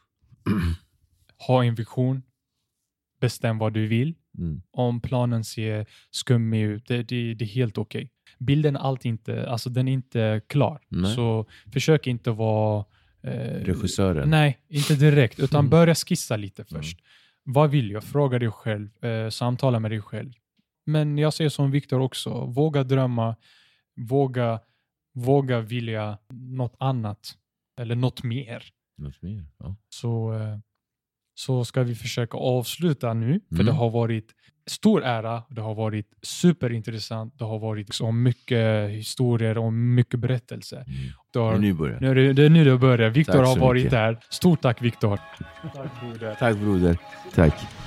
Ha en vision. Bestäm vad du vill. Om planen ser skummig ut, det är helt okej. Bilden är alltid inte, alltså den är inte klar. Nej. Så försök inte vara regissören. Nej, inte direkt, utan börja skissa lite först. Vad vill jag? Fråga dig själv, samtala med dig själv. Men jag säger som Victor också, våga drömma, våga vilja något annat eller något mer. Något mer, ja. Så ska vi försöka avsluta nu, för det har varit stor ära, det har varit superintressant, det har varit så mycket historier och mycket berättelser. Det är nu det börjar. Victor har varit där. Stort tack, Victor. Tack broder. Tack.